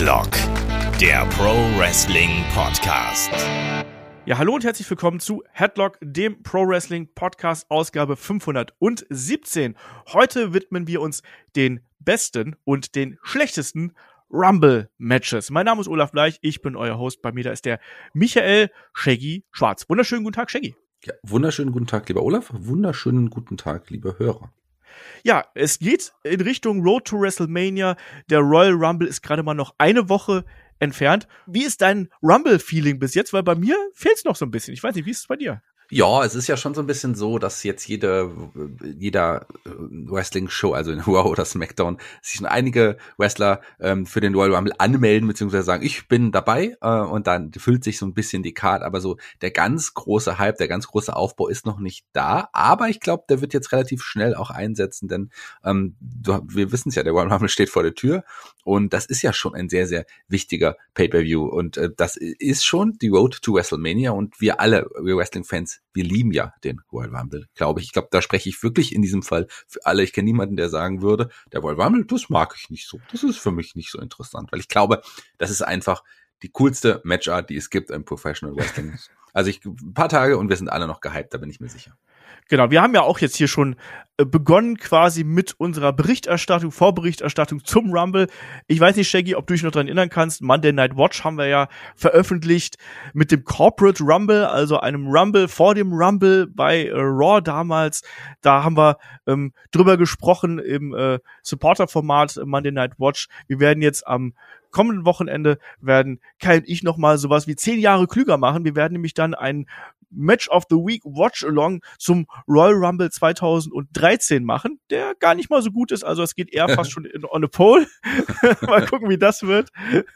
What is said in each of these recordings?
Headlock, der Pro Wrestling Podcast. Ja, hallo und herzlich willkommen zu Headlock, dem Pro Wrestling Podcast, Ausgabe 517. Heute widmen wir uns den besten und den schlechtesten Rumble-Matches. Mein Name ist Olaf Bleich, ich bin euer Host. Bei mir da ist der Michael Shaggy Schwarz. Wunderschönen guten Tag, Shaggy. Ja, wunderschönen guten Tag, lieber Olaf. Wunderschönen guten Tag, liebe Hörer. Ja, es geht in Richtung Road to WrestleMania. Der Royal Rumble ist gerade mal noch eine Woche entfernt. Wie ist dein Rumble-Feeling bis jetzt? Weil bei mir fehlt es noch so ein bisschen. Ich weiß nicht, wie ist es bei dir? Ja, es ist ja schon so ein bisschen so, dass jetzt jeder Wrestling-Show, also in Raw oder SmackDown, sich schon einige Wrestler für den Royal Rumble anmelden, beziehungsweise sagen, ich bin dabei, und dann füllt sich so ein bisschen die Card, aber so der ganz große Hype, der ganz große Aufbau ist noch nicht da, aber ich glaube, der wird jetzt relativ schnell auch einsetzen, denn wir wissen es ja, der Royal Rumble steht vor der Tür und das ist ja schon ein sehr, sehr wichtiger Pay-Per-View und das ist schon die Road to WrestleMania und wir Wrestling-Fans, wir lieben ja den Royal Rumble, glaube ich. Ich glaube, da spreche ich wirklich in diesem Fall für alle. Ich kenne niemanden, der sagen würde, der Royal Rumble, das mag ich nicht so. Das ist für mich nicht so interessant, weil ich glaube, das ist einfach die coolste Matchart, die es gibt im Professional Wrestling. Also ein paar Tage und wir sind alle noch gehypt, da bin ich mir sicher. Genau, wir haben ja auch jetzt hier schon begonnen quasi mit unserer Vorberichterstattung zum Rumble. Ich weiß nicht, Shaggy, ob du dich noch daran erinnern kannst, Monday Night Watch haben wir ja veröffentlicht mit dem Corporate Rumble, also einem Rumble vor dem Rumble bei Raw damals. Da haben wir drüber gesprochen im Supporter-Format Monday Night Watch. Wir werden jetzt am kommenden Wochenende werden Kai und ich nochmal sowas wie 10 Jahre klüger machen. Wir werden nämlich dann ein Match of the Week Watch-Along zum Royal Rumble 2013 machen, der gar nicht mal so gut ist. Also es geht eher fast schon on a pole. Mal gucken, wie das wird.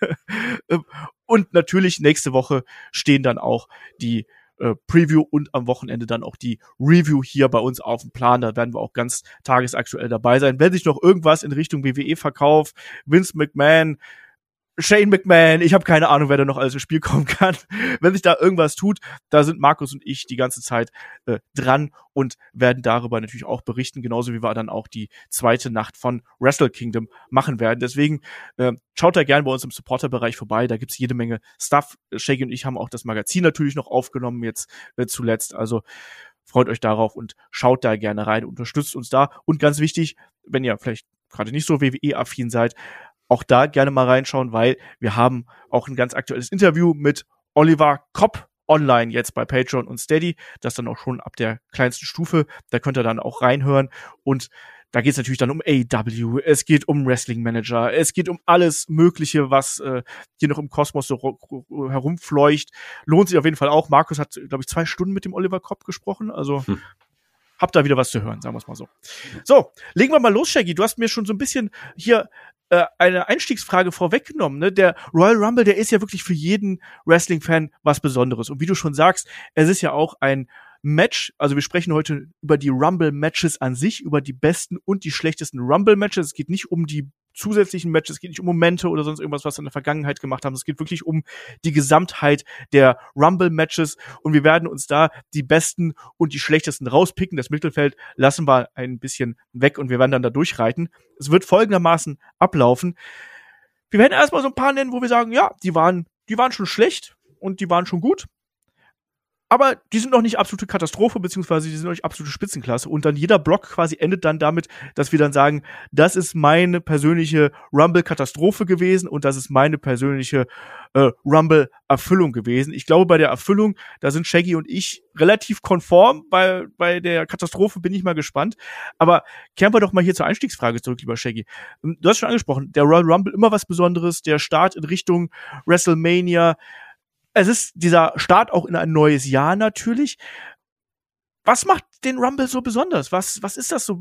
Und natürlich nächste Woche stehen dann auch die Preview und am Wochenende dann auch die Review hier bei uns auf dem Plan. Da werden wir auch ganz tagesaktuell dabei sein. Wenn sich noch irgendwas in Richtung WWE-Verkauf, Vince McMahon, Shane McMahon, ich habe keine Ahnung, wer da noch alles ins Spiel kommen kann. Wenn sich da irgendwas tut, da sind Markus und ich die ganze Zeit dran und werden darüber natürlich auch berichten, genauso wie wir dann auch die zweite Nacht von Wrestle Kingdom machen werden. Deswegen schaut da gerne bei uns im Supporter-Bereich vorbei, da gibt's jede Menge Stuff. Shaggy und ich haben auch das Magazin natürlich noch aufgenommen jetzt zuletzt, also freut euch darauf und schaut da gerne rein, unterstützt uns da und ganz wichtig, wenn ihr vielleicht gerade nicht so WWE-affin seid, auch da gerne mal reinschauen, weil wir haben auch ein ganz aktuelles Interview mit Oliver Kopp online jetzt bei Patreon und Steady. Das dann auch schon ab der kleinsten Stufe. Da könnt ihr dann auch reinhören. Und da geht es natürlich dann um AEW, es geht um Wrestling Manager, es geht um alles Mögliche, was hier noch im Kosmos so herumfleucht. Lohnt sich auf jeden Fall auch. Markus hat, glaube ich, 2 Stunden mit dem Oliver Kopp gesprochen. Also habt da wieder was zu hören, sagen wir es mal so. So, legen wir mal los, Shaggy. Du hast mir schon so ein bisschen hier eine Einstiegsfrage vorweggenommen. Ne? Der Royal Rumble, der ist ja wirklich für jeden Wrestling-Fan was Besonderes. Und wie du schon sagst, es ist ja auch ein Match, also wir sprechen heute über die Rumble-Matches an sich, über die besten und die schlechtesten Rumble-Matches. Es geht nicht um die zusätzlichen Matches, es geht nicht um Momente oder sonst irgendwas, was wir in der Vergangenheit gemacht haben. Es geht wirklich um die Gesamtheit der Rumble-Matches und wir werden uns da die besten und die schlechtesten rauspicken. Das Mittelfeld lassen wir ein bisschen weg und wir werden dann da durchreiten. Es wird folgendermaßen ablaufen. Wir werden erstmal so ein paar nennen, wo wir sagen, ja, die waren schon schlecht und die waren schon gut. Aber die sind noch nicht absolute Katastrophe, beziehungsweise die sind noch nicht absolute Spitzenklasse. Und dann jeder Block quasi endet dann damit, dass wir dann sagen, das ist meine persönliche Rumble-Katastrophe gewesen und das ist meine persönliche Rumble-Erfüllung gewesen. Ich glaube, bei der Erfüllung, da sind Shaggy und ich relativ konform. Bei der Katastrophe bin ich mal gespannt. Aber kehren wir doch mal hier zur Einstiegsfrage zurück, lieber Shaggy. Du hast schon angesprochen, der Royal Rumble immer was Besonderes, der Start in Richtung WrestleMania. Es ist dieser Start auch in ein neues Jahr natürlich. Was macht den Rumble so besonders? Was ist das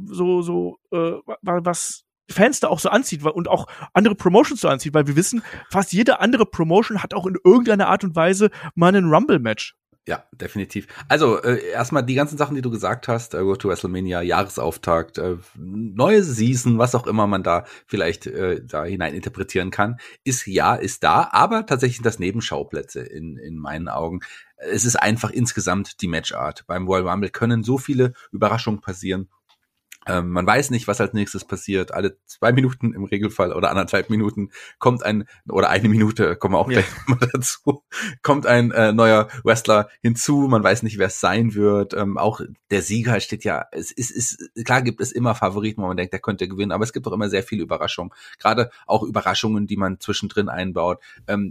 was Fans da auch so anzieht und auch andere Promotions so anzieht? Weil wir wissen, fast jede andere Promotion hat auch in irgendeiner Art und Weise mal einen Rumble-Match. Ja, definitiv. Also erstmal die ganzen Sachen, die du gesagt hast, Road to WrestleMania, Jahresauftakt, neue Season, was auch immer man da vielleicht da hinein interpretieren kann, ist da, aber tatsächlich das Nebenschauplätze in meinen Augen. Es ist einfach insgesamt die Matchart. Beim Royal Rumble können so viele Überraschungen passieren. Man weiß nicht, was als nächstes passiert. Alle 2 Minuten im Regelfall oder 1,5 Minuten kommt oder 1 Minute, kommen wir auch gleich mal dazu, kommt ein neuer Wrestler hinzu. Man weiß nicht, wer es sein wird. Auch der Sieger steht ja, es ist klar, gibt es immer Favoriten, wo man denkt, der könnte gewinnen, aber es gibt auch immer sehr viele Überraschungen. Gerade auch Überraschungen, die man zwischendrin einbaut.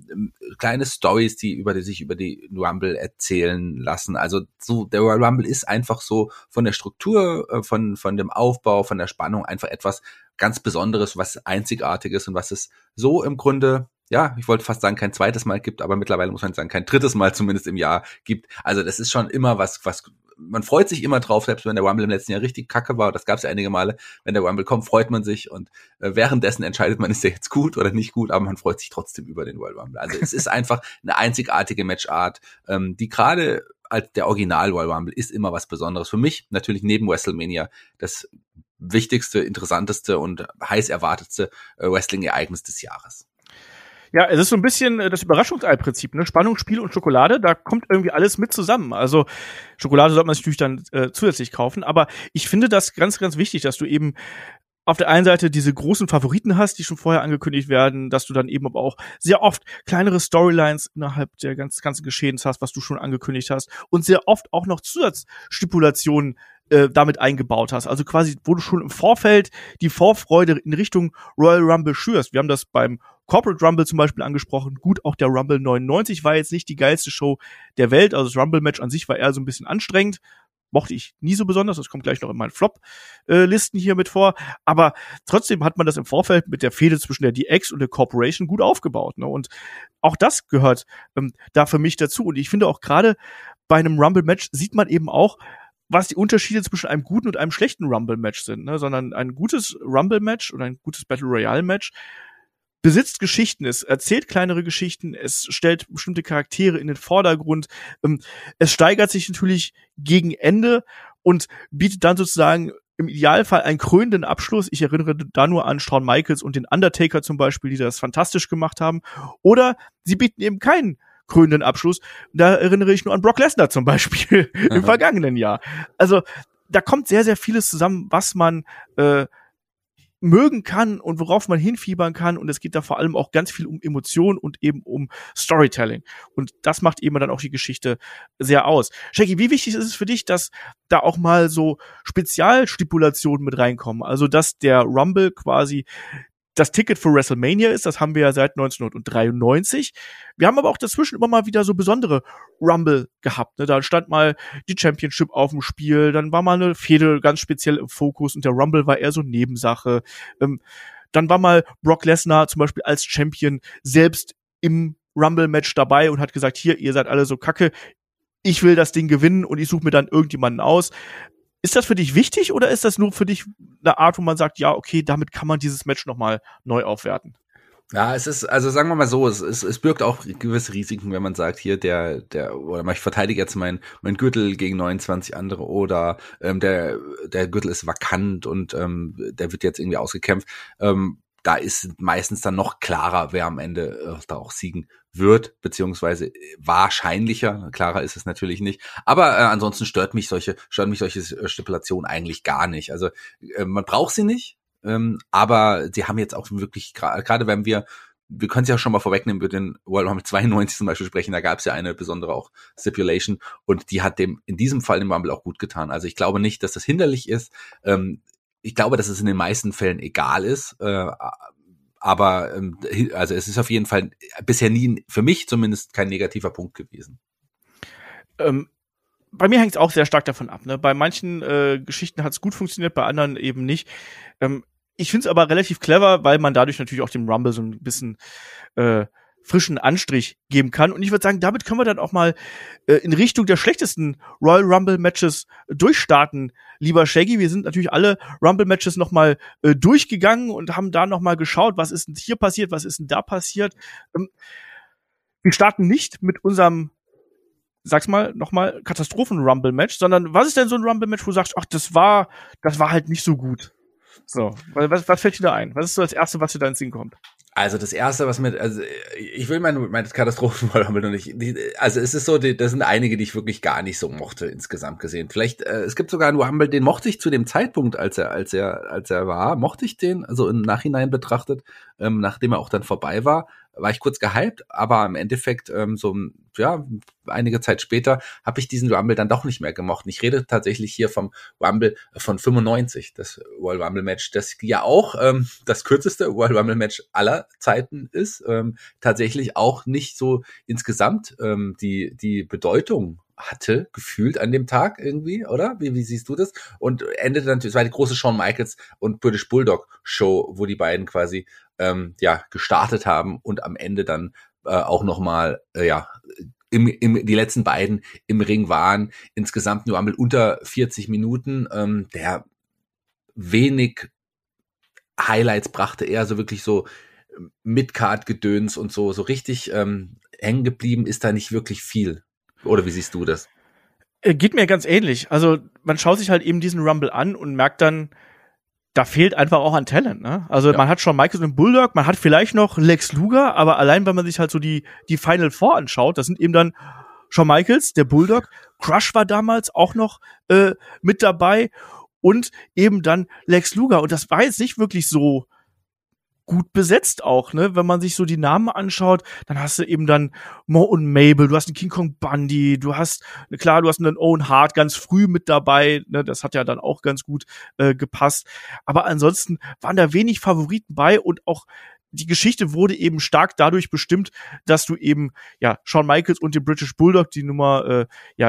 Kleine Stories, die sich über die Rumble erzählen lassen. Also so, der Royal Rumble ist einfach so von der Struktur, von dem Aufbau, von der Spannung einfach etwas ganz Besonderes, was Einzigartiges und was es so im Grunde, ja, ich wollte fast sagen, kein zweites Mal gibt, aber mittlerweile muss man sagen, kein drittes Mal zumindest im Jahr gibt. Also das ist schon immer was man freut sich immer drauf, selbst wenn der Rumble im letzten Jahr richtig kacke war, das gab es ja einige Male, wenn der Rumble kommt, freut man sich und währenddessen entscheidet man, ist der jetzt gut oder nicht gut, aber man freut sich trotzdem über den Royal Rumble. Also es ist einfach eine einzigartige Matchart, die gerade als der Original Royal Rumble ist immer was Besonderes. Für mich natürlich neben WrestleMania das wichtigste, interessanteste und heiß erwartetste Wrestling-Ereignis des Jahres. Ja, es ist so ein bisschen das Überraschungsei-Prinzip, ne? Spannung, Spiel und Schokolade, da kommt irgendwie alles mit zusammen. Also Schokolade sollte man sich natürlich dann zusätzlich kaufen, aber ich finde das ganz, ganz wichtig, dass du eben auf der einen Seite diese großen Favoriten hast, die schon vorher angekündigt werden, dass du dann eben aber auch sehr oft kleinere Storylines innerhalb der ganzen Geschehens hast, was du schon angekündigt hast, und sehr oft auch noch Zusatzstipulationen damit eingebaut hast. Also quasi, wo du schon im Vorfeld die Vorfreude in Richtung Royal Rumble schürst. Wir haben das beim Corporate Rumble zum Beispiel angesprochen. Gut, auch der Rumble 99 war jetzt nicht die geilste Show der Welt. Also das Rumble-Match an sich war eher so ein bisschen anstrengend. Mochte ich nie so besonders. Das kommt gleich noch in meinen Flop-Listen hier mit vor. Aber trotzdem hat man das im Vorfeld mit der Fehde zwischen der DX und der Corporation gut aufgebaut. Ne? Und auch das gehört da für mich dazu. Und ich finde auch gerade bei einem Rumble-Match sieht man eben auch, was die Unterschiede zwischen einem guten und einem schlechten Rumble-Match sind, ne? Sondern ein gutes Rumble-Match oder ein gutes Battle Royale-Match besitzt Geschichten, es erzählt kleinere Geschichten, es stellt bestimmte Charaktere in den Vordergrund, es steigert sich natürlich gegen Ende und bietet dann sozusagen im Idealfall einen krönenden Abschluss. Ich erinnere da nur an Shawn Michaels und den Undertaker zum Beispiel, die das fantastisch gemacht haben. Oder sie bieten eben keinen krönenden Abschluss. Da erinnere ich nur an Brock Lesnar zum Beispiel im vergangenen Jahr. Also da kommt sehr, sehr vieles zusammen, was man mögen kann und worauf man hinfiebern kann. Und es geht da vor allem auch ganz viel um Emotionen und eben um Storytelling. Und das macht eben dann auch die Geschichte sehr aus. Shaggy, wie wichtig ist es für dich, dass da auch mal so Spezialstipulationen mit reinkommen? Also, dass der Rumble quasi das Ticket für WrestleMania ist, das haben wir ja seit 1993. Wir haben aber auch dazwischen immer mal wieder so besondere Rumble gehabt. Ne? Da stand mal die Championship auf dem Spiel, dann war mal eine Fehde ganz speziell im Fokus und der Rumble war eher so Nebensache. Dann war mal Brock Lesnar zum Beispiel als Champion selbst im Rumble-Match dabei und hat gesagt, hier, ihr seid alle so kacke, ich will das Ding gewinnen und ich suche mir dann irgendjemanden aus. Ist das für dich wichtig oder ist das nur für dich eine Art, wo man sagt, ja, okay, damit kann man dieses Match nochmal neu aufwerten? Ja, es ist, also sagen wir mal so, es birgt auch gewisse Risiken, wenn man sagt, hier oder ich verteidige jetzt mein Gürtel gegen 29 andere oder der Gürtel ist vakant und der wird jetzt irgendwie ausgekämpft. Da ist meistens dann noch klarer, wer am Ende da auch siegen wird, beziehungsweise wahrscheinlicher. Klarer ist es natürlich nicht. Aber ansonsten stört mich solche Stipulationen eigentlich gar nicht. Also man braucht sie nicht, aber sie haben jetzt auch wirklich, gerade wenn wir können es ja schon mal vorwegnehmen, wir den World Rumble 92 zum Beispiel sprechen, da gab es ja eine besondere auch Stipulation und die hat in diesem Fall dem Rumble auch gut getan. Also ich glaube nicht, dass das hinderlich ist. Ich glaube, dass es in den meisten Fällen egal ist, aber also es ist auf jeden Fall bisher nie, für mich zumindest, kein negativer Punkt gewesen. Bei mir hängt es auch sehr stark davon ab. Ne? Bei manchen Geschichten hat es gut funktioniert, bei anderen eben nicht. Ich finde es aber relativ clever, weil man dadurch natürlich auch dem Rumble so ein bisschen frischen Anstrich geben kann. Und ich würde sagen, damit können wir dann auch mal in Richtung der schlechtesten Royal Rumble Matches durchstarten, lieber Shaggy. Wir sind natürlich alle Rumble Matches noch mal durchgegangen und haben da noch mal geschaut, was ist denn hier passiert, was ist denn da passiert. Wir starten nicht mit unserem, sag's mal, nochmal Katastrophen-Rumble-Match, sondern was ist denn so ein Rumble-Match, wo du sagst, ach, das war halt nicht so gut. So, was fällt dir da ein? Was ist so das Erste, was dir da ins Sinn kommt? Also das erste, was mir, also ich will meine Katastrophen-Rumble noch nicht, also es ist so, das sind einige, die ich wirklich gar nicht so mochte insgesamt gesehen. Vielleicht, es gibt sogar einen Rumble, den mochte ich zu dem Zeitpunkt, als er war, mochte ich den, also im Nachhinein betrachtet, nachdem er auch dann vorbei war ich kurz gehypt, aber im Endeffekt einige Zeit später habe ich diesen Rumble dann doch nicht mehr gemocht. Und ich rede tatsächlich hier vom Rumble von 95, das Royal Rumble Match, das ja auch das kürzeste Royal Rumble Match aller Zeiten ist, tatsächlich auch nicht so insgesamt die Bedeutung hatte, gefühlt an dem Tag irgendwie, oder? Wie siehst du das? Und endete dann, es war die große Shawn Michaels und British Bulldog Show, wo die beiden quasi gestartet haben und am Ende dann auch nochmal, die letzten beiden im Ring waren. Insgesamt nur einmal unter 40 Minuten, der wenig Highlights brachte, eher so wirklich so Mid-Card-Gedöns und so richtig hängen geblieben ist da nicht wirklich viel. Oder wie siehst du das? Geht mir ganz ähnlich. Also man schaut sich halt eben diesen Rumble an und merkt dann, da fehlt einfach auch an Talent, ne? Also man hat schon Michaels und Bulldog, man hat vielleicht noch Lex Luger, aber allein, wenn man sich halt so die Final Four anschaut, das sind eben dann Shawn Michaels, der Bulldog, Crush war damals auch noch mit dabei und eben dann Lex Luger. Und das war jetzt nicht wirklich so gut besetzt auch, ne? Wenn man sich so die Namen anschaut, dann hast du eben dann Mo und Mabel, du hast einen King Kong Bundy, du hast einen Owen Hart ganz früh mit dabei, ne? Das hat ja dann auch ganz gut gepasst. Aber ansonsten waren da wenig Favoriten bei und auch die Geschichte wurde eben stark dadurch bestimmt, dass du eben, Shawn Michaels und den British Bulldog, die Nummern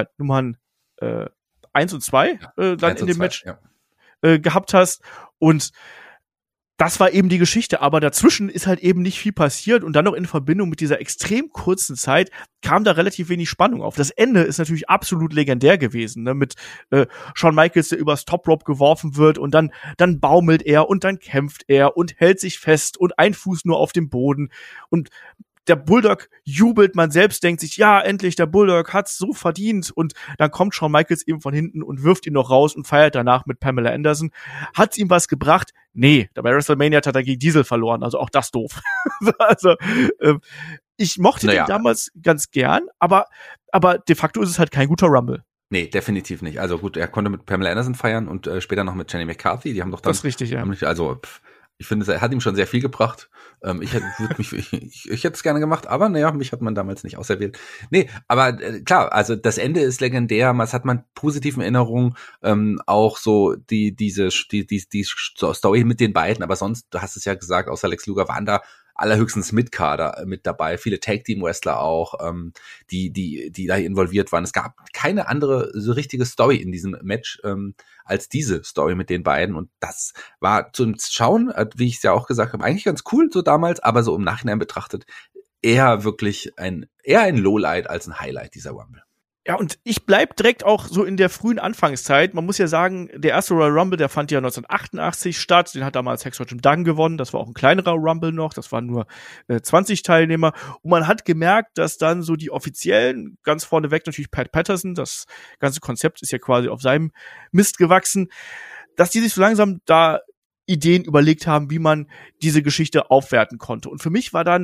1 und 2 dann in dem Match gehabt hast. Und das war eben die Geschichte, aber dazwischen ist halt eben nicht viel passiert und dann noch in Verbindung mit dieser extrem kurzen Zeit kam da relativ wenig Spannung auf. Das Ende ist natürlich absolut legendär gewesen, ne? Mit Shawn Michaels, der übers Top Rope geworfen wird und dann baumelt er und dann kämpft er und hält sich fest und ein Fuß nur auf dem Boden und der Bulldog jubelt, man selbst denkt sich, ja, endlich, der Bulldog hat's so verdient und dann kommt Shawn Michaels eben von hinten und wirft ihn noch raus und feiert danach mit Pamela Anderson. Hat's ihm was gebracht? Nee, bei WrestleMania hat er gegen Diesel verloren, also auch das doof. Also, ich mochte den damals ganz gern, aber de facto ist es halt kein guter Rumble. Nee, definitiv nicht. Also gut, er konnte mit Pamela Anderson feiern und später noch mit Jenny McCarthy, die haben doch dann... Das ist richtig, ja. Ich finde, er hat ihm schon sehr viel gebracht. Ich hätte es gerne gemacht, aber mich hat man damals nicht auserwählt. Nee, aber klar, also das Ende ist legendär, was hat man positiven Erinnerungen, auch so die Story mit den beiden, aber sonst, du hast es ja gesagt, außer Lex Luger waren da allerhöchstens Mid-Kader mit dabei, viele Tag-Team-Wrestler auch, die da involviert waren. Es gab keine andere so richtige Story in diesem Match als diese Story mit den beiden und das war zum Schauen, wie ich es ja auch gesagt habe, eigentlich ganz cool so damals, aber so im Nachhinein betrachtet eher wirklich ein Lowlight als ein Highlight dieser Rumble. Ja, und ich bleib direkt auch so in der frühen Anfangszeit. Man muss ja sagen, der erste Royal Rumble, der fand ja 1988 statt. Den hat damals Hacksaw Jim Duggan gewonnen. Das war auch ein kleinerer Rumble noch. Das waren nur 20 Teilnehmer. Und man hat gemerkt, dass dann so die offiziellen, ganz vorneweg natürlich Pat Patterson, das ganze Konzept ist ja quasi auf seinem Mist gewachsen, dass die sich so langsam da Ideen überlegt haben, wie man diese Geschichte aufwerten konnte. Und für mich war dann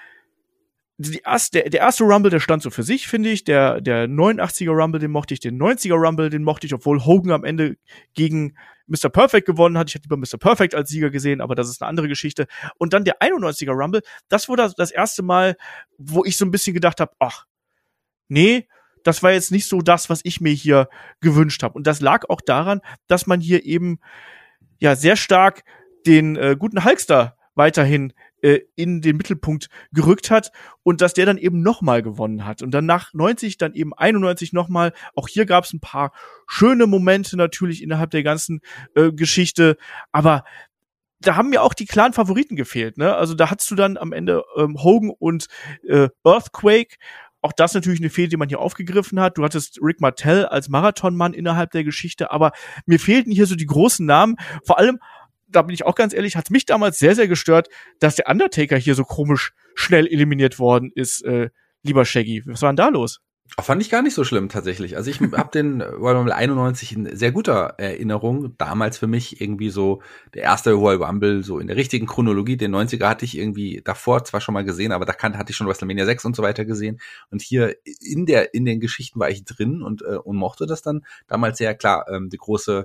der erste Rumble, der stand so für sich, finde ich. Der 89er Rumble, den mochte ich. Den 90er Rumble, den mochte ich, obwohl Hogan am Ende gegen Mr. Perfect gewonnen hat. Ich hätte lieber Mr. Perfect als Sieger gesehen, aber das ist eine andere Geschichte. Und dann der 91er Rumble, das war das erste Mal, wo ich so ein bisschen gedacht habe, ach, nee, das war jetzt nicht so das, was ich mir hier gewünscht habe. Und das lag auch daran, dass man hier eben sehr stark den guten Hulkster weiterhin in den Mittelpunkt gerückt hat und dass der dann eben nochmal gewonnen hat. Und dann nach 90, dann eben 91 nochmal. Auch hier gab es ein paar schöne Momente natürlich innerhalb der ganzen Geschichte, aber da haben mir auch die klaren Favoriten gefehlt, ne? Also da hattest du dann am Ende Hogan und Earthquake. Auch das natürlich eine Fehde, die man hier aufgegriffen hat. Du hattest Rick Martel als Marathonmann innerhalb der Geschichte, aber mir fehlten hier so die großen Namen. Vor allem, da bin ich auch ganz ehrlich, hat mich damals sehr, sehr gestört, dass der Undertaker hier so komisch schnell eliminiert worden ist, lieber Shaggy. Was war denn da los? Fand ich gar nicht so schlimm tatsächlich. Also ich habe den Royal Rumble 91 in sehr guter Erinnerung. Damals für mich irgendwie so der erste Royal Rumble so in der richtigen Chronologie. Den 90er hatte ich irgendwie davor zwar schon mal gesehen, aber da hatte ich schon WrestleMania 6 und so weiter gesehen. Und hier in den Geschichten war ich drin und mochte das dann damals sehr klar. Die große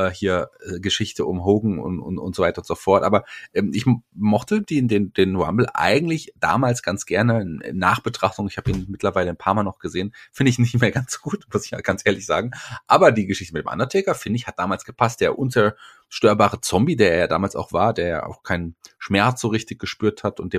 Geschichte um Hogan und so weiter und so fort. Aber ich mochte den Rumble eigentlich damals ganz gerne. In Nachbetrachtung, ich habe ihn mittlerweile ein paar Mal noch gesehen, finde ich nicht mehr ganz gut, muss ich halt ganz ehrlich sagen. Aber die Geschichte mit dem Undertaker, finde ich, hat damals gepasst. Der unzerstörbare Zombie, der er damals auch war, der ja auch keinen Schmerz so richtig gespürt hat und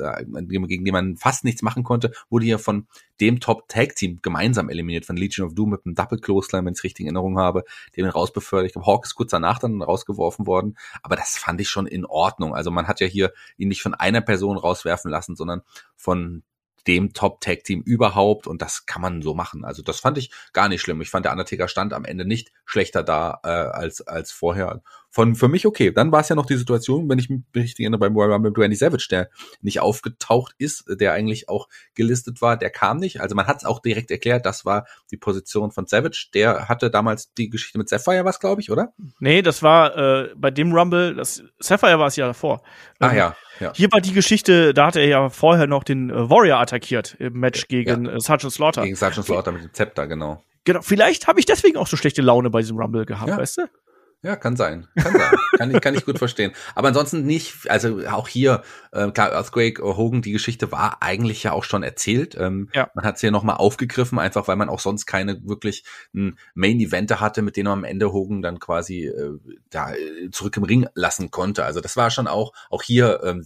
gegen den man fast nichts machen konnte, wurde hier von dem Top-Tag-Team gemeinsam eliminiert, von Legion of Doom mit einem Double-Clothesline, wenn ich es richtig in Erinnerung habe, den rausbefördert. Ich glaube, Hawk ist kurz danach dann rausgeworfen worden, aber das fand ich schon in Ordnung. Also man hat ja hier ihn nicht von einer Person rauswerfen lassen, sondern von dem Top-Tag-Team überhaupt und das kann man so machen. Also das fand ich gar nicht schlimm. Ich fand, der Undertaker stand am Ende nicht schlechter da als vorher. Für mich okay. Dann war es ja noch die Situation, wenn ich mich richtig erinnere, beim Royal Rumble mit Randy Savage, der nicht aufgetaucht ist, der eigentlich auch gelistet war, der kam nicht. Also man hat es auch direkt erklärt, das war die Position von Savage. Der hatte damals die Geschichte mit Sapphire, was glaube ich, oder? Nee, das war bei dem Rumble, Sapphire war es ja davor. Ja. Hier war die Geschichte, da hat er ja vorher noch den Warrior attackiert im Match gegen Sergeant Slaughter. Gegen Sergeant Slaughter mit dem Zepter, genau. Genau, vielleicht habe ich deswegen auch so schlechte Laune bei diesem Rumble gehabt, weißt du? Ja, kann sein. Kann ich gut verstehen. Aber ansonsten nicht, also auch hier, klar, Earthquake, Hogan, die Geschichte war eigentlich ja auch schon erzählt. Man hat es hier nochmal aufgegriffen, einfach weil man auch sonst keine wirklich Main-Evente hatte, mit denen man am Ende Hogan dann quasi zurück im Ring lassen konnte. Also das war schon auch hier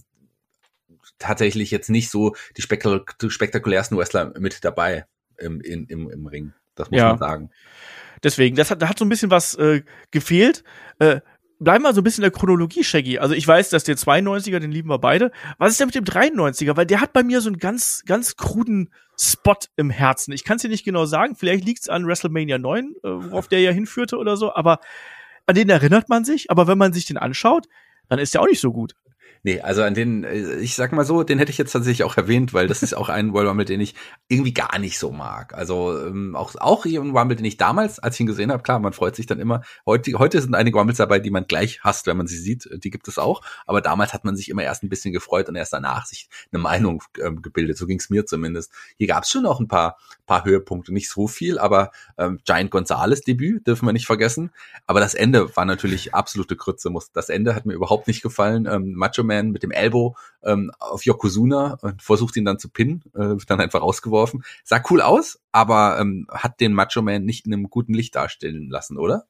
tatsächlich jetzt nicht so die spektakulärsten Wrestler mit dabei im Ring. Das muss man sagen. Deswegen, da hat so ein bisschen was gefehlt. Bleiben wir so ein bisschen in der Chronologie, Shaggy. Also ich weiß, dass der 92er, den lieben wir beide. Was ist denn mit dem 93er? Weil der hat bei mir so einen ganz, ganz kruden Spot im Herzen. Ich kann es dir nicht genau sagen. Vielleicht liegt es an WrestleMania 9, worauf der ja hinführte oder so. Aber an den erinnert man sich. Aber wenn man sich den anschaut, dann ist der auch nicht so gut. Nee, also an den, ich sag mal so, den hätte ich jetzt tatsächlich auch erwähnt, weil das ist auch ein Royal Rumble, den ich irgendwie gar nicht so mag. Also auch hier ein Rumble, den ich damals, als ich ihn gesehen habe, klar, man freut sich dann immer. Heute sind einige Rumbles dabei, die man gleich hasst, wenn man sie sieht. Die gibt es auch. Aber damals hat man sich immer erst ein bisschen gefreut und erst danach sich eine Meinung gebildet. So ging es mir zumindest. Hier gab es schon noch ein paar Höhepunkte, nicht so viel, aber Giant Gonzalez Debüt dürfen wir nicht vergessen. Aber das Ende war natürlich absolute Krütze. Das Ende hat mir überhaupt nicht gefallen. Macho Man mit dem Elbow auf Yokozuna und versucht ihn dann zu pinnen, wird dann einfach rausgeworfen. Sah cool aus, aber hat den Macho Man nicht in einem guten Licht darstellen lassen, oder?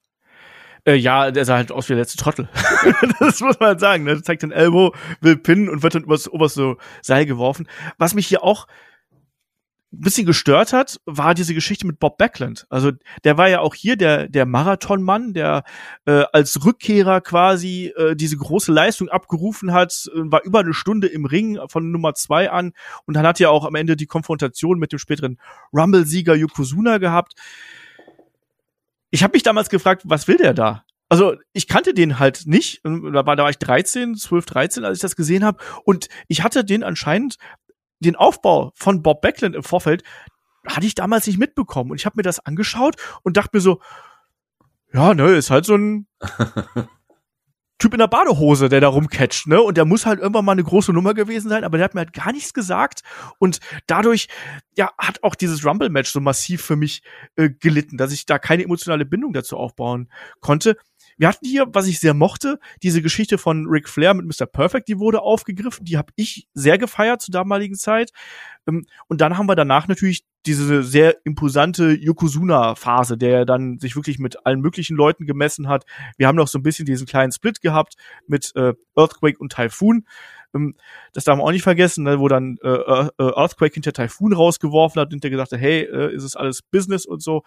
Ja, der sah halt aus wie der letzte Trottel. Das muss man halt sagen. Ne? Der zeigt den Elbow, will pinnen und wird dann übers oberste Seil geworfen. Was mich hier auch ein bisschen gestört hat, war diese Geschichte mit Bob Backlund. Also der war ja auch hier der Marathonmann, der als Rückkehrer quasi diese große Leistung abgerufen hat, war über eine Stunde im Ring von Nummer 2 an und dann hat ja auch am Ende die Konfrontation mit dem späteren Rumble-Sieger Yokozuna gehabt. Ich habe mich damals gefragt, was will der da? Also ich kannte den halt nicht. Da war ich 12, 13, als ich das gesehen habe. Und ich hatte den anscheinend, den Aufbau von Bob Backlund im Vorfeld, hatte ich damals nicht mitbekommen. Und ich habe mir das angeschaut und dachte mir so, ja, ne, ist halt so ein Typ in der Badehose, der da rumcatcht, ne? Und der muss halt irgendwann mal eine große Nummer gewesen sein, aber der hat mir halt gar nichts gesagt. Und dadurch, ja, hat auch dieses Rumble-Match so massiv für mich gelitten, dass ich da keine emotionale Bindung dazu aufbauen konnte. Wir hatten hier, was ich sehr mochte, diese Geschichte von Ric Flair mit Mr. Perfect, die wurde aufgegriffen, die habe ich sehr gefeiert zur damaligen Zeit. Und dann haben wir danach natürlich diese sehr imposante Yokozuna-Phase, der dann sich wirklich mit allen möglichen Leuten gemessen hat. Wir haben noch so ein bisschen diesen kleinen Split gehabt mit Earthquake und Typhoon. Das darf man auch nicht vergessen, ne, wo dann Earthquake hinter Typhoon rausgeworfen hat und der gesagt hat, hey, ist es alles Business und so.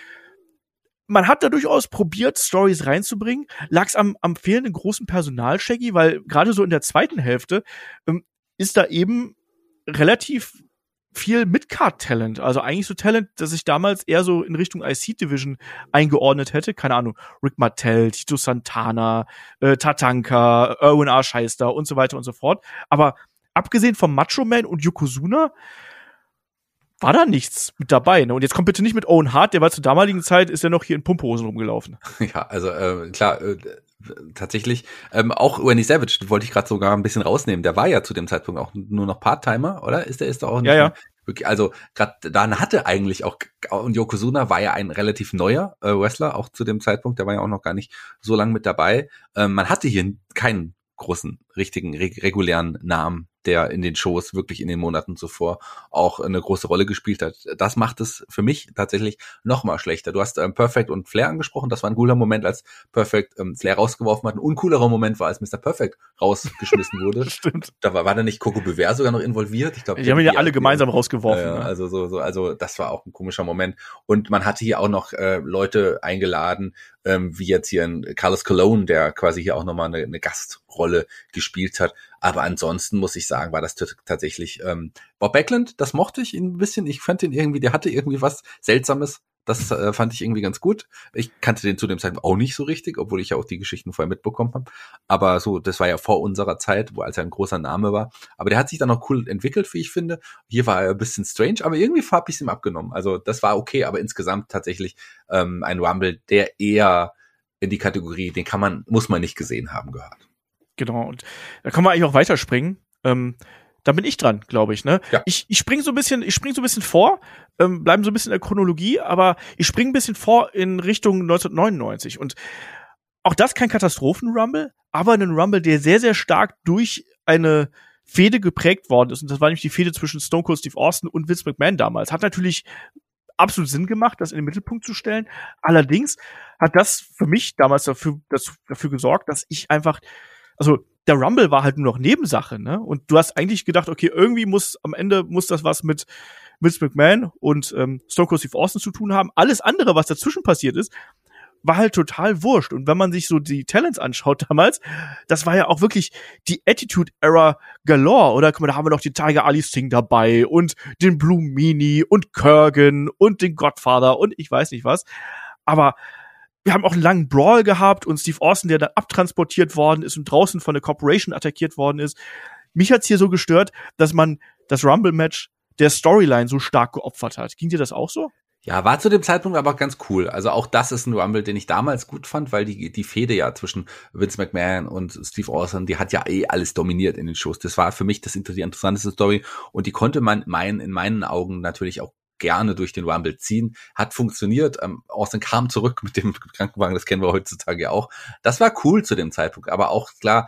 Man hat da durchaus probiert, Stories reinzubringen. Lag es am fehlenden großen Personal, Shaggy, weil gerade so in der zweiten Hälfte ist da eben relativ viel Mid-Card-Talent. Also eigentlich so Talent, das ich damals eher so in Richtung IC-Division eingeordnet hätte. Keine Ahnung, Rick Martel, Tito Santana, Tatanka, Erwin R. Scheister und so weiter und so fort. Aber abgesehen vom Macho Man und Yokozuna war da nichts mit dabei. Ne? Und jetzt kommt bitte nicht mit Owen Hart, der war zur damaligen Zeit, ist ja noch hier in Pumphosen rumgelaufen. Ja, also klar, tatsächlich. Auch Randy Savage, wollte ich gerade sogar ein bisschen rausnehmen. Der war ja zu dem Zeitpunkt auch nur noch Part-Timer, oder? Ist der auch nicht Ja, ja. Wirklich, also gerade dann hatte eigentlich auch, und Yokozuna war ja ein relativ neuer Wrestler, auch zu dem Zeitpunkt, der war ja auch noch gar nicht so lange mit dabei. Man hatte hier keinen großen, richtigen, regulären Namen, der in den Shows wirklich in den Monaten zuvor auch eine große Rolle gespielt hat. Das macht es für mich tatsächlich noch mal schlechter. Du hast Perfect und Flair angesprochen. Das war ein cooler Moment, als Perfect Flair rausgeworfen hat. Ein uncoolerer Moment war, als Mr. Perfect rausgeschmissen wurde. Stimmt. Da war da nicht Coco Beware sogar noch involviert. Ich glaube, die haben ihn ja alle gemeinsam rausgeworfen. Ja, ne? also das war auch ein komischer Moment. Und man hatte hier auch noch Leute eingeladen, wie jetzt hier ein Carlos Colon, der quasi hier auch nochmal eine Gastrolle gespielt hat. Aber ansonsten muss ich sagen, war das tatsächlich Bob Backlund, das mochte ich ihn ein bisschen. Ich fand ihn irgendwie, der hatte irgendwie was Seltsames. Das fand ich irgendwie ganz gut. Ich kannte den zu dem Zeitpunkt auch nicht so richtig, obwohl ich ja auch die Geschichten vorher mitbekommen habe. Aber so, das war ja vor unserer Zeit, wo als er ein großer Name war. Aber der hat sich dann noch cool entwickelt, wie ich finde. Hier war er ein bisschen strange, aber irgendwie habe ich es ihm abgenommen. Also das war okay, aber insgesamt tatsächlich ein Rumble, der eher in die Kategorie, muss man nicht gesehen haben, gehört. Genau, und da kann man eigentlich auch weiterspringen. Da bin ich dran, glaube ich, ne? Ja. Ich spring so ein bisschen vor, bleiben so ein bisschen in der Chronologie, aber ich spring ein bisschen vor in Richtung 1999 und auch das kein Katastrophen-Rumble, aber ein Rumble, der sehr, sehr stark durch eine Fehde geprägt worden ist und das war nämlich die Fehde zwischen Stone Cold Steve Austin und Vince McMahon damals. Hat natürlich absolut Sinn gemacht, das in den Mittelpunkt zu stellen. Allerdings hat das für mich damals dafür gesorgt, dass ich einfach, also der Rumble war halt nur noch Nebensache, ne? Und du hast eigentlich gedacht, okay, irgendwie am Ende muss das was mit Vince McMahon und Stone Cold Steve Austin zu tun haben. Alles andere, was dazwischen passiert ist, war halt total wurscht. Und wenn man sich so die Talents anschaut damals, das war ja auch wirklich die Attitude-Era galore, oder? Guck mal, da haben wir noch den Tiger Ali Singh dabei und den Blue Meanie und Kurgan und den Godfather und ich weiß nicht was. Aber wir haben auch einen langen Brawl gehabt und Steve Austin, der dann abtransportiert worden ist und draußen von der Corporation attackiert worden ist. Mich hat's hier so gestört, dass man das Rumble-Match der Storyline so stark geopfert hat. Ging dir das auch so? Ja, war zu dem Zeitpunkt aber ganz cool. Also auch das ist ein Rumble, den ich damals gut fand, weil die Fehde ja zwischen Vince McMahon und Steve Austin, die hat ja alles dominiert in den Shows. Das war für mich die interessanteste Story und die konnte man in meinen Augen natürlich auch gerne durch den Rumble ziehen, hat funktioniert. Austin kam zurück mit dem Krankenwagen, das kennen wir heutzutage auch. Das war cool zu dem Zeitpunkt, aber auch klar,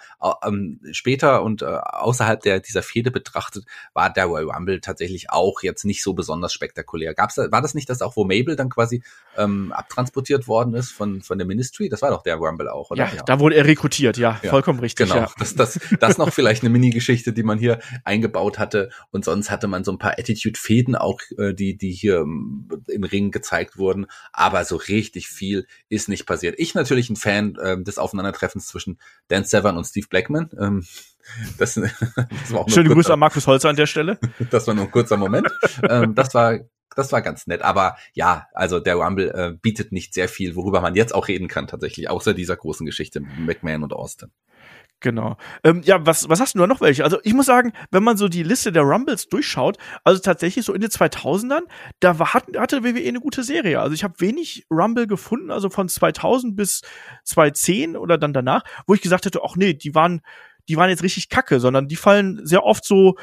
später und außerhalb dieser Fehde betrachtet, war der Royal Rumble tatsächlich auch jetzt nicht so besonders spektakulär. War das nicht das auch, wo Mabel dann quasi abtransportiert worden ist von der Ministry? Das war doch der Rumble auch, oder? Ja, da wurde er rekrutiert, ja. Vollkommen richtig. Genau, ja. Das noch vielleicht eine Mini-Geschichte, die man hier eingebaut hatte und sonst hatte man so ein paar Attitude-Fäden auch, die hier im Ring gezeigt wurden, aber so richtig viel ist nicht passiert. Ich natürlich ein Fan des Aufeinandertreffens zwischen Dan Severn und Steve Blackman. Das war auch Schöne Grüße an Markus Holzer an der Stelle. Das war nur ein kurzer Moment. Das war ganz nett, aber ja, also der Rumble bietet nicht sehr viel, worüber man jetzt auch reden kann tatsächlich, außer dieser großen Geschichte McMahon und Austin. Genau. Ja, was hast du da noch welche? Also ich muss sagen, wenn man so die Liste der Rumbles durchschaut, also tatsächlich so in den 2000ern, da hatte WWE eine gute Serie. Also ich habe wenig Rumble gefunden, also von 2000 bis 2010 oder dann danach, wo ich gesagt hätte, ach nee, die waren jetzt richtig kacke, sondern die fallen sehr oft so,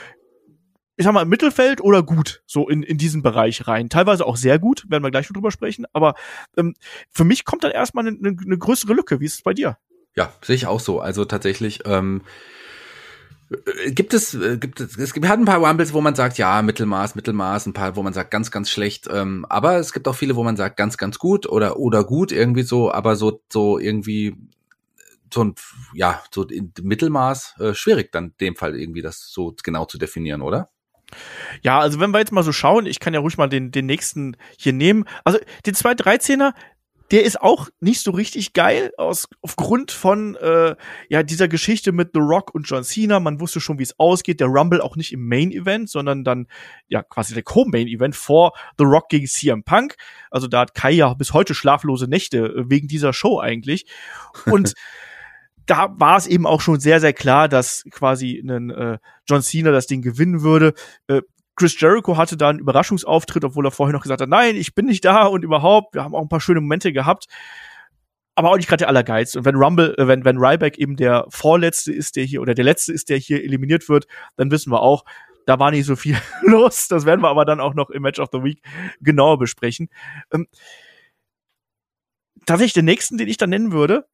ich sag mal, im Mittelfeld oder gut, so in diesen Bereich rein. Teilweise auch sehr gut, werden wir gleich noch drüber sprechen, aber für mich kommt dann erstmal eine größere Lücke. Wie ist es bei dir? Ja, sehe ich auch so. Also tatsächlich wir hatten ein paar Rumbles, wo man sagt, ja, Mittelmaß, ein paar, wo man sagt, ganz, ganz schlecht, aber es gibt auch viele, wo man sagt, ganz, ganz gut oder gut irgendwie so, aber so irgendwie so in Mittelmaß schwierig dann in dem Fall irgendwie das so genau zu definieren, oder? Ja, also wenn wir jetzt mal so schauen, ich kann ja ruhig mal den nächsten hier nehmen. Also den 213er, der ist auch nicht so richtig geil aufgrund von dieser Geschichte mit The Rock und John Cena. Man wusste schon, wie es ausgeht. Der Rumble auch nicht im Main Event, sondern dann ja quasi der Co-Main Event vor The Rock gegen CM Punk. Also da hat Kai ja bis heute schlaflose Nächte wegen dieser Show eigentlich. Und da war es eben auch schon sehr, sehr klar, dass quasi John Cena das Ding gewinnen würde. Chris Jericho hatte da einen Überraschungsauftritt, obwohl er vorher noch gesagt hat, nein, ich bin nicht da und überhaupt. Wir haben auch ein paar schöne Momente gehabt. Aber auch nicht gerade der Allergeiz. Und wenn wenn Ryback eben der Vorletzte ist, der hier, oder der Letzte ist, der hier eliminiert wird, dann wissen wir auch, da war nicht so viel los. Das werden wir aber dann auch noch im Match of the Week genauer besprechen. Tatsächlich den nächsten, den ich dann nennen würde,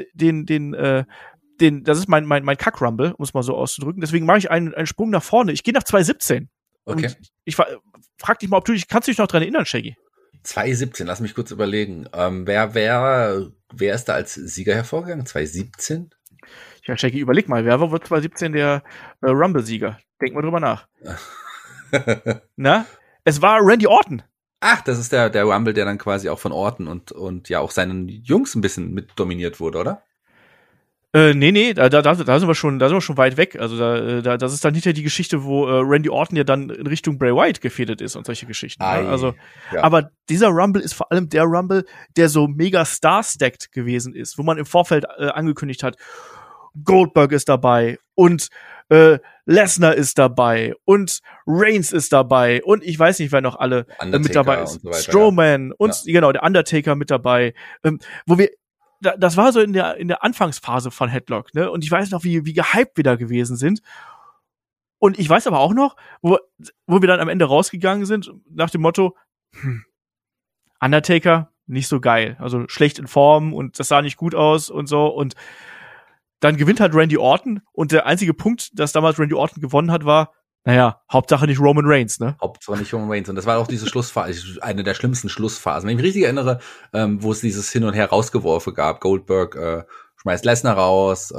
das ist mein Kack-Rumble, um es mal so auszudrücken. Deswegen mache ich einen Sprung nach vorne. Ich gehe nach 2017. Okay. Und ich frag dich mal, kannst du dich noch dran erinnern, Shaggy? 2017, lass mich kurz überlegen. Wer ist da als Sieger hervorgegangen? 2017? Ja, Shaggy, überleg mal, wer wird 2017 der Rumble-Sieger? Denk mal drüber nach. Na? Es war Randy Orton. Ach, das ist der Rumble, der dann quasi auch von Orton und ja auch seinen Jungs ein bisschen mit dominiert wurde, oder? Nee, da sind wir schon weit weg. Also das ist dann hinterher die Geschichte, wo Randy Orton ja dann in Richtung Bray Wyatt gefädelt ist und solche Geschichten. Ne? Also, ja. Aber dieser Rumble ist vor allem der Rumble, der so mega star-stacked gewesen ist, wo man im Vorfeld angekündigt hat, Goldberg ist dabei und Lesnar ist dabei und Reigns ist dabei und ich weiß nicht, wer noch alle mit dabei ist. So weiter, Strowman ja. Und genau, der Undertaker mit dabei, wo wir das war so in der Anfangsphase von Headlock, ne? Und ich weiß noch, wie gehypt wir da gewesen sind. Und ich weiß aber auch noch, wo wir dann am Ende rausgegangen sind, nach dem Motto, Undertaker, nicht so geil. Also schlecht in Form und das sah nicht gut aus und so. Und dann gewinnt halt Randy Orton. Und der einzige Punkt, dass damals Randy Orton gewonnen hat, war, naja, Hauptsache nicht Roman Reigns, ne? Hauptsache nicht Roman Reigns. Und das war auch diese Schlussphase, eine der schlimmsten Schlussphasen. Wenn ich mich richtig erinnere, wo es dieses Hin und Her rausgeworfen gab. Goldberg schmeißt Lesnar raus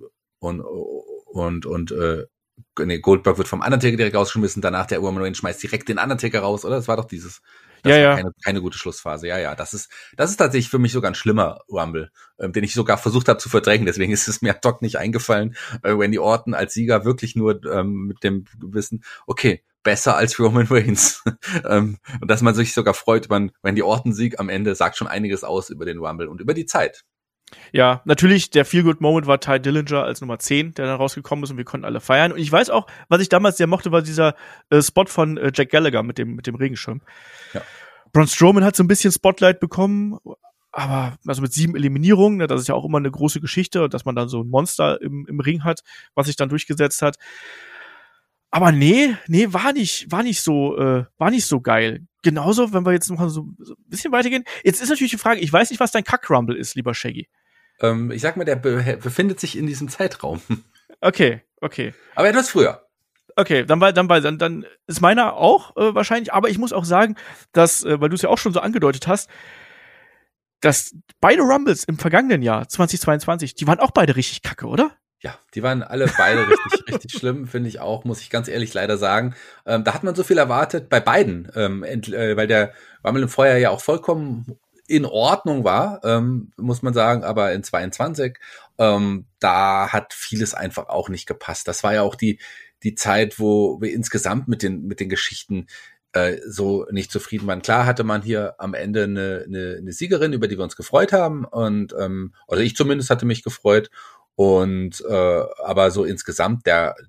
Goldberg wird vom Undertaker direkt rausgeschmissen. Danach der Roman Reigns schmeißt direkt den Undertaker raus, oder? Das war doch dieses... Das war keine gute Schlussphase. Ja, das ist tatsächlich für mich sogar ein schlimmer Rumble, den ich sogar versucht habe zu verdrängen. Deswegen ist es mir ad hoc nicht eingefallen, Randy Orton als Sieger wirklich nur mit dem Wissen, okay, besser als Roman Reigns. Und dass man sich sogar freut über einen Randy Orton-Sieg am Ende, sagt schon einiges aus über den Rumble und über die Zeit. Ja, natürlich, der Feel-Good-Moment war Ty Dillinger als Nummer 10, der dann rausgekommen ist und wir konnten alle feiern. Und ich weiß auch, was ich damals sehr mochte, war dieser Spot von Jack Gallagher mit dem Regenschirm. Ja. Braun Strowman hat so ein bisschen Spotlight bekommen, aber also mit 7 Eliminierungen, ne, das ist ja auch immer eine große Geschichte, dass man dann so ein Monster im Ring hat, was sich dann durchgesetzt hat. Aber nee, war nicht so geil. Genauso, wenn wir jetzt noch so ein bisschen weitergehen. Jetzt ist natürlich die Frage, ich weiß nicht, was dein Kack-Rumble ist, lieber Shaggy. Ich sag mal, der befindet sich in diesem Zeitraum. Okay. Aber etwas früher. Okay, dann ist meiner auch wahrscheinlich, aber ich muss auch sagen, dass, weil du es ja auch schon so angedeutet hast, dass beide Rumbles im vergangenen Jahr, 2022, die waren auch beide richtig kacke, oder? Ja, die waren alle beide richtig schlimm, finde ich auch, muss ich ganz ehrlich leider sagen. Da hat man so viel erwartet bei beiden, weil der Rumble im Vorjahr ja auch vollkommen in Ordnung war, muss man sagen, aber in 22, da hat vieles einfach auch nicht gepasst. Das war ja auch die Zeit, wo wir insgesamt mit den Geschichten so nicht zufrieden waren. Klar hatte man hier am Ende eine Siegerin, über die wir uns gefreut haben, und oder ich zumindest hatte mich gefreut. Und aber so insgesamt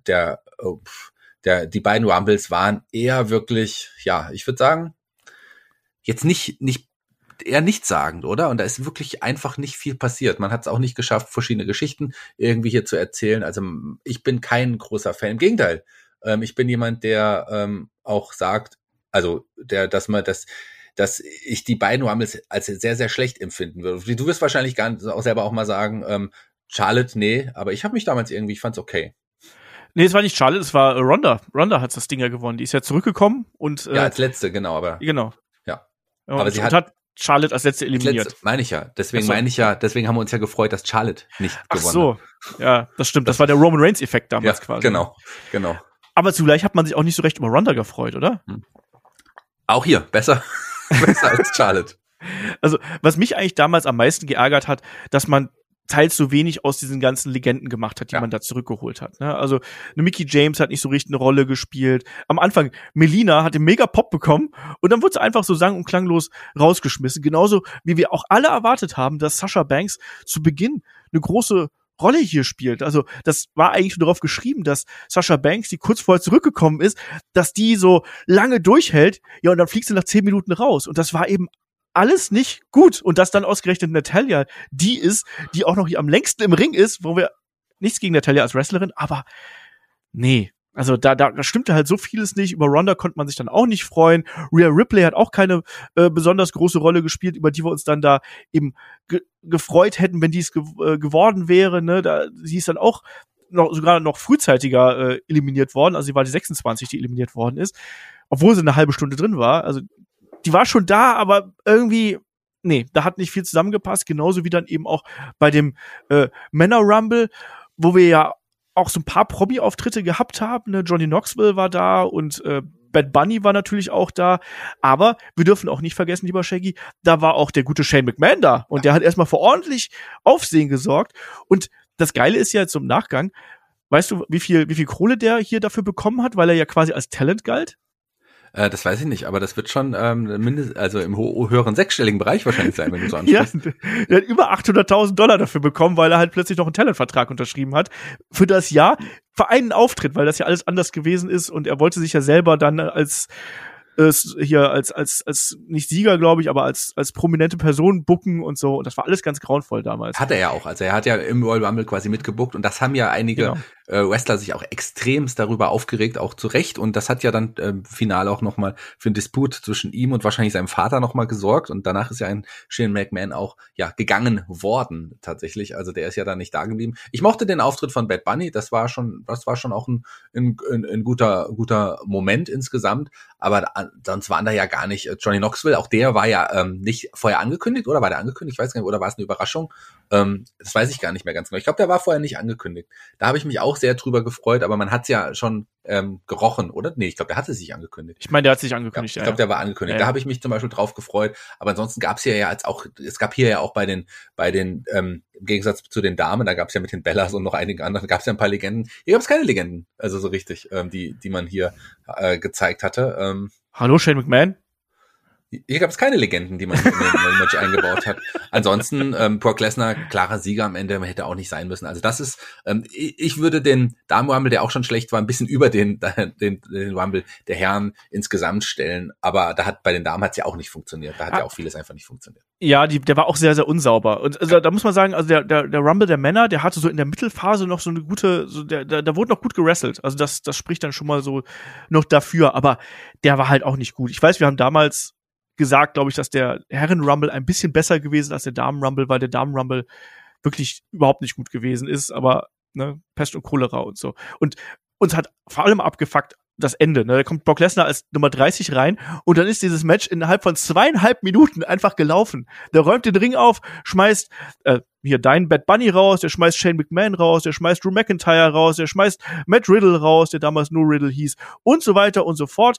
die beiden Rumbles waren eher wirklich, ja, ich würde sagen, jetzt eher nichtssagend, oder? Und da ist wirklich einfach nicht viel passiert. Man hat es auch nicht geschafft, verschiedene Geschichten irgendwie hier zu erzählen. Also ich bin kein großer Fan. Im Gegenteil, ich bin jemand, der auch sagt, also dass ich die beiden Rumbles als sehr, sehr schlecht empfinden würde. Du wirst wahrscheinlich auch selber auch mal sagen, Charlotte, nee, aber ich habe mich damals ich fand's okay. Nee, es war nicht Charlotte, es war Ronda. Ronda hat das Ding ja gewonnen. Die ist ja zurückgekommen und ja, als letzte, genau, aber genau. Ja. Aber sie hat Charlotte als letzte eliminiert. Meine ich ja. Deswegen deswegen haben wir uns ja gefreut, dass Charlotte nicht gewonnen hat. Ach so. Ja, das stimmt. Das war der Roman Reigns Effekt damals quasi. Genau. Aber zugleich hat man sich auch nicht so recht über Ronda gefreut, oder? Auch hier besser als Charlotte. Also, was mich eigentlich damals am meisten geärgert hat, dass man teils so wenig aus diesen ganzen Legenden gemacht hat, die man da zurückgeholt hat. Ne? Also eine Mickie James hat nicht so richtig eine Rolle gespielt. Am Anfang, Melina hat den mega Pop bekommen und dann wurde sie einfach so sang- und klanglos rausgeschmissen. Genauso wie wir auch alle erwartet haben, dass Sasha Banks zu Beginn eine große Rolle hier spielt. Also das war eigentlich nur darauf geschrieben, dass Sasha Banks, die kurz vorher zurückgekommen ist, dass die so lange durchhält, ja, und dann fliegt sie nach 10 Minuten raus. Und das war eben alles nicht gut. Und dass dann ausgerechnet Natalya die ist, die auch noch hier am längsten im Ring ist, wo wir nichts gegen Natalya als Wrestlerin, aber nee. Also da stimmte halt so vieles nicht. Über Ronda konnte man sich dann auch nicht freuen. Rhea Ripley hat auch keine besonders große Rolle gespielt, über die wir uns dann da eben gefreut hätten, wenn die es geworden wäre. Ne? Sie ist dann auch sogar noch frühzeitiger eliminiert worden. Also sie war die 26, die eliminiert worden ist, obwohl sie eine halbe Stunde drin war. Also die war schon da, aber irgendwie, nee, da hat nicht viel zusammengepasst. Genauso wie dann eben auch bei dem Männer-Rumble, wo wir ja auch so ein paar Promi-Auftritte gehabt haben. Ne? Johnny Knoxville war da und Bad Bunny war natürlich auch da. Aber wir dürfen auch nicht vergessen, lieber Shaggy, da war auch der gute Shane McMahon da. Und der hat erstmal für ordentlich Aufsehen gesorgt. Und das Geile ist ja jetzt im Nachgang, weißt du, wie viel Kohle der hier dafür bekommen hat, weil er ja quasi als Talent galt? Das weiß ich nicht, aber das wird schon also im höheren sechsstelligen Bereich wahrscheinlich sein, wenn du so ansprichst. Ja, der hat über $800.000 dafür bekommen, weil er halt plötzlich noch einen Talentvertrag unterschrieben hat für das Jahr, für einen Auftritt, weil das ja alles anders gewesen ist und er wollte sich ja selber dann als nicht Sieger, glaube ich, aber als prominente Person booken und so. Und das war alles ganz grauenvoll damals. Hat er ja auch. Also er hat ja im Royal Rumble quasi mitgebuckt und das haben ja einige Wrestler sich auch extremst darüber aufgeregt, auch zu Recht. Und das hat ja dann final auch nochmal für einen Disput zwischen ihm und wahrscheinlich seinem Vater nochmal gesorgt. Und danach ist ja ein Shane McMahon auch gegangen worden tatsächlich. Also der ist ja dann nicht da geblieben. Ich mochte den Auftritt von Bad Bunny. Das war schon auch ein guter Moment insgesamt. Aber sonst waren da ja gar nicht Johnny Knoxville. Auch der war ja nicht vorher angekündigt, oder war der angekündigt? Ich weiß gar nicht, oder war es eine Überraschung? Das weiß ich gar nicht mehr ganz genau. Ich glaube, der war vorher nicht angekündigt. Da habe ich mich auch sehr drüber gefreut, aber man hat es ja schon gerochen, oder? Nee, ich glaube, der hatte sich angekündigt. Ich meine, der hat sich angekündigt, ja. Ich glaube, der war angekündigt. Ja. Da habe ich mich zum Beispiel drauf gefreut. Aber ansonsten gab es es gab hier ja auch bei den im Gegensatz zu den Damen, da gab es ja mit den Bellas und noch einigen anderen, gab es ja ein paar Legenden. Hier gab es keine Legenden, also so richtig, die man hier gezeigt hatte. Hallo, Shane McMahon? Hier gab es keine Legenden, die man in den Match eingebaut hat. Ansonsten Brock Lesnar, klarer Sieger am Ende, hätte auch nicht sein müssen. Also das ist, ich würde den Damen-Rumble, der auch schon schlecht war, ein bisschen über den Rumble der Herren insgesamt stellen. Aber bei den Damen hat es ja auch nicht funktioniert. Da hat ja auch vieles einfach nicht funktioniert. Ja, der war auch sehr, sehr unsauber. Und also, da muss man sagen, also der Rumble der Männer, der hatte so in der Mittelphase noch so eine gute, da wurde noch gut gewrestelt. Also das spricht dann schon mal so noch dafür. Aber der war halt auch nicht gut. Ich weiß, wir haben damals gesagt, glaube ich, dass der Herren-Rumble ein bisschen besser gewesen als der Damen-Rumble, weil der Damen-Rumble wirklich überhaupt nicht gut gewesen ist, aber ne, Pest und Cholera und so. Und uns hat vor allem abgefuckt das Ende. Ne? Da kommt Brock Lesnar als Nummer 30 rein und dann ist dieses Match innerhalb von 2,5 Minuten einfach gelaufen. Der räumt den Ring auf, schmeißt hier deinen Bad Bunny raus, der schmeißt Shane McMahon raus, der schmeißt Drew McIntyre raus, der schmeißt Matt Riddle raus, der damals nur Riddle hieß und so weiter und so fort.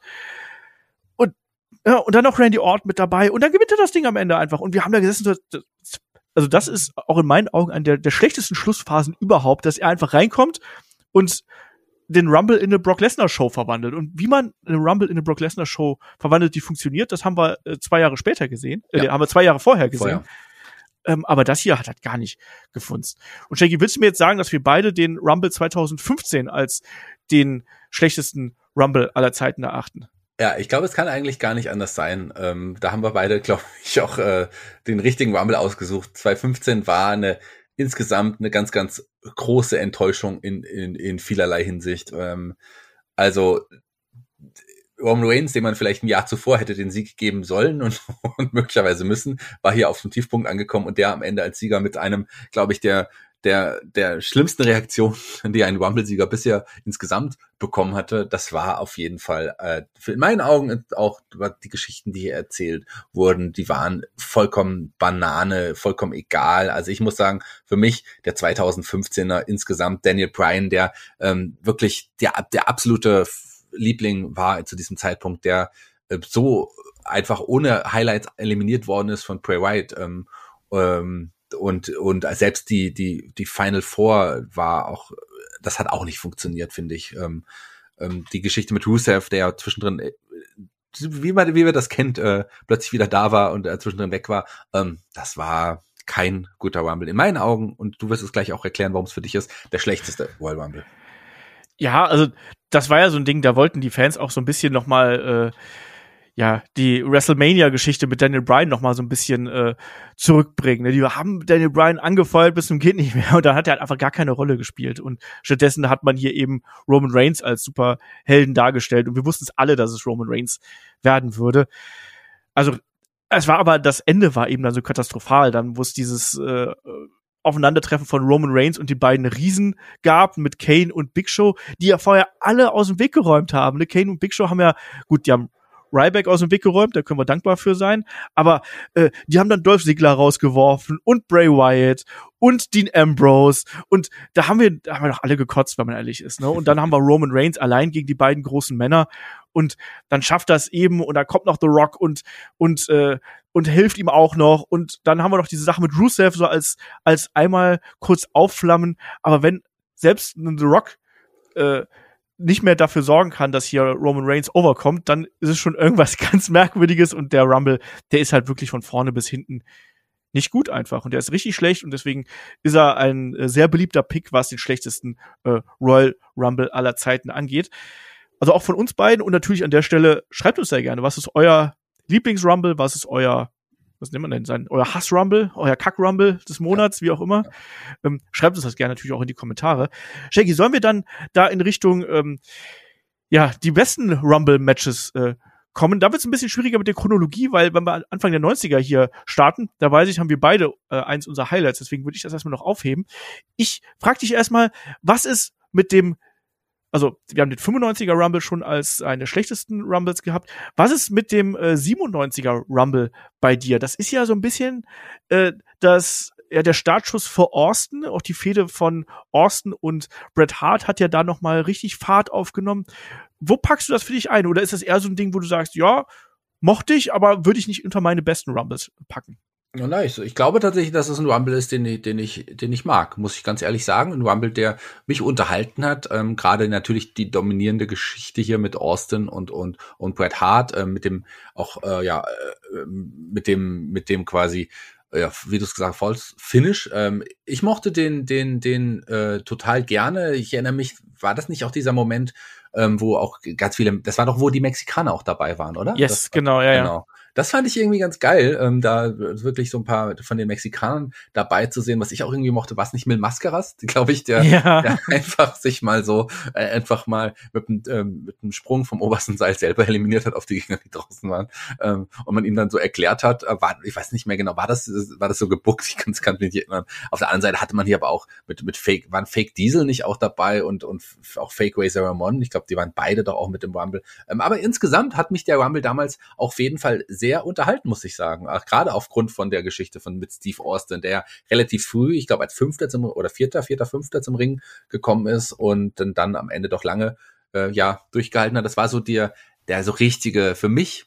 Ja, und dann noch Randy Orton mit dabei. Und dann gewinnt er das Ding am Ende einfach. Und wir haben da gesessen. Also das ist auch in meinen Augen eine der schlechtesten Schlussphasen überhaupt, dass er einfach reinkommt und den Rumble in eine Brock Lesnar Show verwandelt. Und wie man eine Rumble in eine Brock Lesnar Show verwandelt, die funktioniert, das haben wir 2 Jahre später gesehen. Haben wir 2 Jahre vorher gesehen. Aber das hier hat halt gar nicht gefunzt. Und Shaggy, willst du mir jetzt sagen, dass wir beide den Rumble 2015 als den schlechtesten Rumble aller Zeiten erachten? Ja, ich glaube, es kann eigentlich gar nicht anders sein. Da haben wir beide, glaube ich, auch den richtigen Rumble ausgesucht. 2015 war insgesamt eine ganz, ganz große Enttäuschung in vielerlei Hinsicht. Also Roman Reigns, dem man vielleicht ein Jahr zuvor hätte den Sieg geben sollen und möglicherweise müssen, war hier auf dem Tiefpunkt angekommen und der am Ende als Sieger mit einem, glaube ich, der schlimmsten Reaktion, die ein Rumble-Sieger bisher insgesamt bekommen hatte, das war auf jeden Fall, in meinen Augen auch die Geschichten, die hier erzählt wurden, die waren vollkommen Banane, vollkommen egal. Also ich muss sagen, für mich der 2015er insgesamt Daniel Bryan, der wirklich der absolute Liebling war zu diesem Zeitpunkt, der so einfach ohne Highlights eliminiert worden ist von Bray Wyatt, und selbst die Final Four war auch, das hat auch nicht funktioniert, finde ich. Die Geschichte mit Rusev, der zwischendrin, wie wir das kennt, plötzlich wieder da war und zwischendrin weg war, das war ist kein guter Rumble in meinen Augen und du wirst es gleich auch erklären, warum es für dich ist, der schlechteste Royal Rumble. Ja, also das war ja so ein Ding, da wollten die Fans auch so ein bisschen noch mal die WrestleMania-Geschichte mit Daniel Bryan noch mal so ein bisschen zurückbringen. Die haben Daniel Bryan angefeuert bis zum geht nicht mehr und dann hat er halt einfach gar keine Rolle gespielt und stattdessen hat man hier eben Roman Reigns als Superhelden dargestellt und wir wussten es alle, dass es Roman Reigns werden würde. Also das Ende war eben dann so katastrophal, dann wo es dieses Aufeinandertreffen von Roman Reigns und die beiden Riesen gab mit Kane und Big Show, die ja vorher alle aus dem Weg geräumt haben. Ne? Kane und Big Show haben ja, gut, die haben Ryback aus dem Weg geräumt, da können wir dankbar für sein, aber die haben dann Dolph Ziggler rausgeworfen und Bray Wyatt und Dean Ambrose und da haben wir doch alle gekotzt, wenn man ehrlich ist, ne? Und dann haben wir Roman Reigns allein gegen die beiden großen Männer und dann schafft das eben und da kommt noch The Rock und hilft ihm auch noch und dann haben wir noch diese Sache mit Rusev so als einmal kurz aufflammen, aber wenn selbst The Rock nicht mehr dafür sorgen kann, dass hier Roman Reigns overkommt, dann ist es schon irgendwas ganz Merkwürdiges und der Rumble, der ist halt wirklich von vorne bis hinten nicht gut einfach und der ist richtig schlecht und deswegen ist er ein sehr beliebter Pick, was den schlechtesten Royal Rumble aller Zeiten angeht. Also auch von uns beiden und natürlich an der Stelle schreibt uns sehr gerne, was ist euer Lieblings-Rumble, was ist euer euer Hass-Rumble, euer Kack-Rumble des Monats, wie auch immer. Schreibt uns das gerne natürlich auch in die Kommentare. Shaggy, sollen wir dann da in Richtung die besten Rumble-Matches kommen? Da wird es ein bisschen schwieriger mit der Chronologie, weil wenn wir Anfang der 90er hier starten, da weiß ich, haben wir beide eins unserer Highlights, deswegen würde ich das erstmal noch aufheben. Ich frage dich erstmal, was ist mit dem wir haben den 95er Rumble schon als eine der schlechtesten Rumbles gehabt. Was ist mit dem 97er Rumble bei dir? Das ist ja so ein bisschen der Startschuss für Austin. Auch die Fehde von Austin und Bret Hart hat ja da noch mal richtig Fahrt aufgenommen. Wo packst du das für dich ein? Oder ist das eher so ein Ding, wo du sagst, ja, mochte ich, aber würde ich nicht unter meine besten Rumbles packen? Ja, nice. Ich glaube tatsächlich, dass es ein Rumble ist, den ich mag, muss ich ganz ehrlich sagen. Ein Rumble, der mich unterhalten hat. Gerade natürlich die dominierende Geschichte hier mit Austin und Bret Hart, mit dem quasi, wie du es gesagt hast, False Finish. Ich mochte den total gerne. Ich erinnere mich, war das nicht auch dieser Moment, wo auch ganz viele, das war doch, wo die Mexikaner auch dabei waren, oder? Yes, genau, ja. Genau. Das fand ich irgendwie ganz geil, da wirklich so ein paar von den Mexikanern dabei zu sehen, was ich auch irgendwie mochte, was nicht Mil Mascaras, glaube ich, der einfach sich mal so einfach mal mit einem Sprung vom obersten Seil selber eliminiert hat auf die Gegner, die draußen waren, und man ihm dann so erklärt hat, ich weiß nicht mehr genau, war das so gebuckt, ich kann mich nicht erinnern. Auf der anderen Seite hatte man hier aber auch mit Fake, waren Fake Diesel nicht auch dabei und auch Fake Razor Ramon, ich glaube, die waren beide doch auch mit dem Rumble, aber insgesamt hat mich der Rumble damals auch auf jeden Fall sehr unterhalten, muss ich sagen. Auch gerade aufgrund von der Geschichte mit Steve Austin, der ja relativ früh, ich glaube als Fünfter zum Ring gekommen ist und dann am Ende doch lange durchgehalten hat. Das war so der so richtige, für mich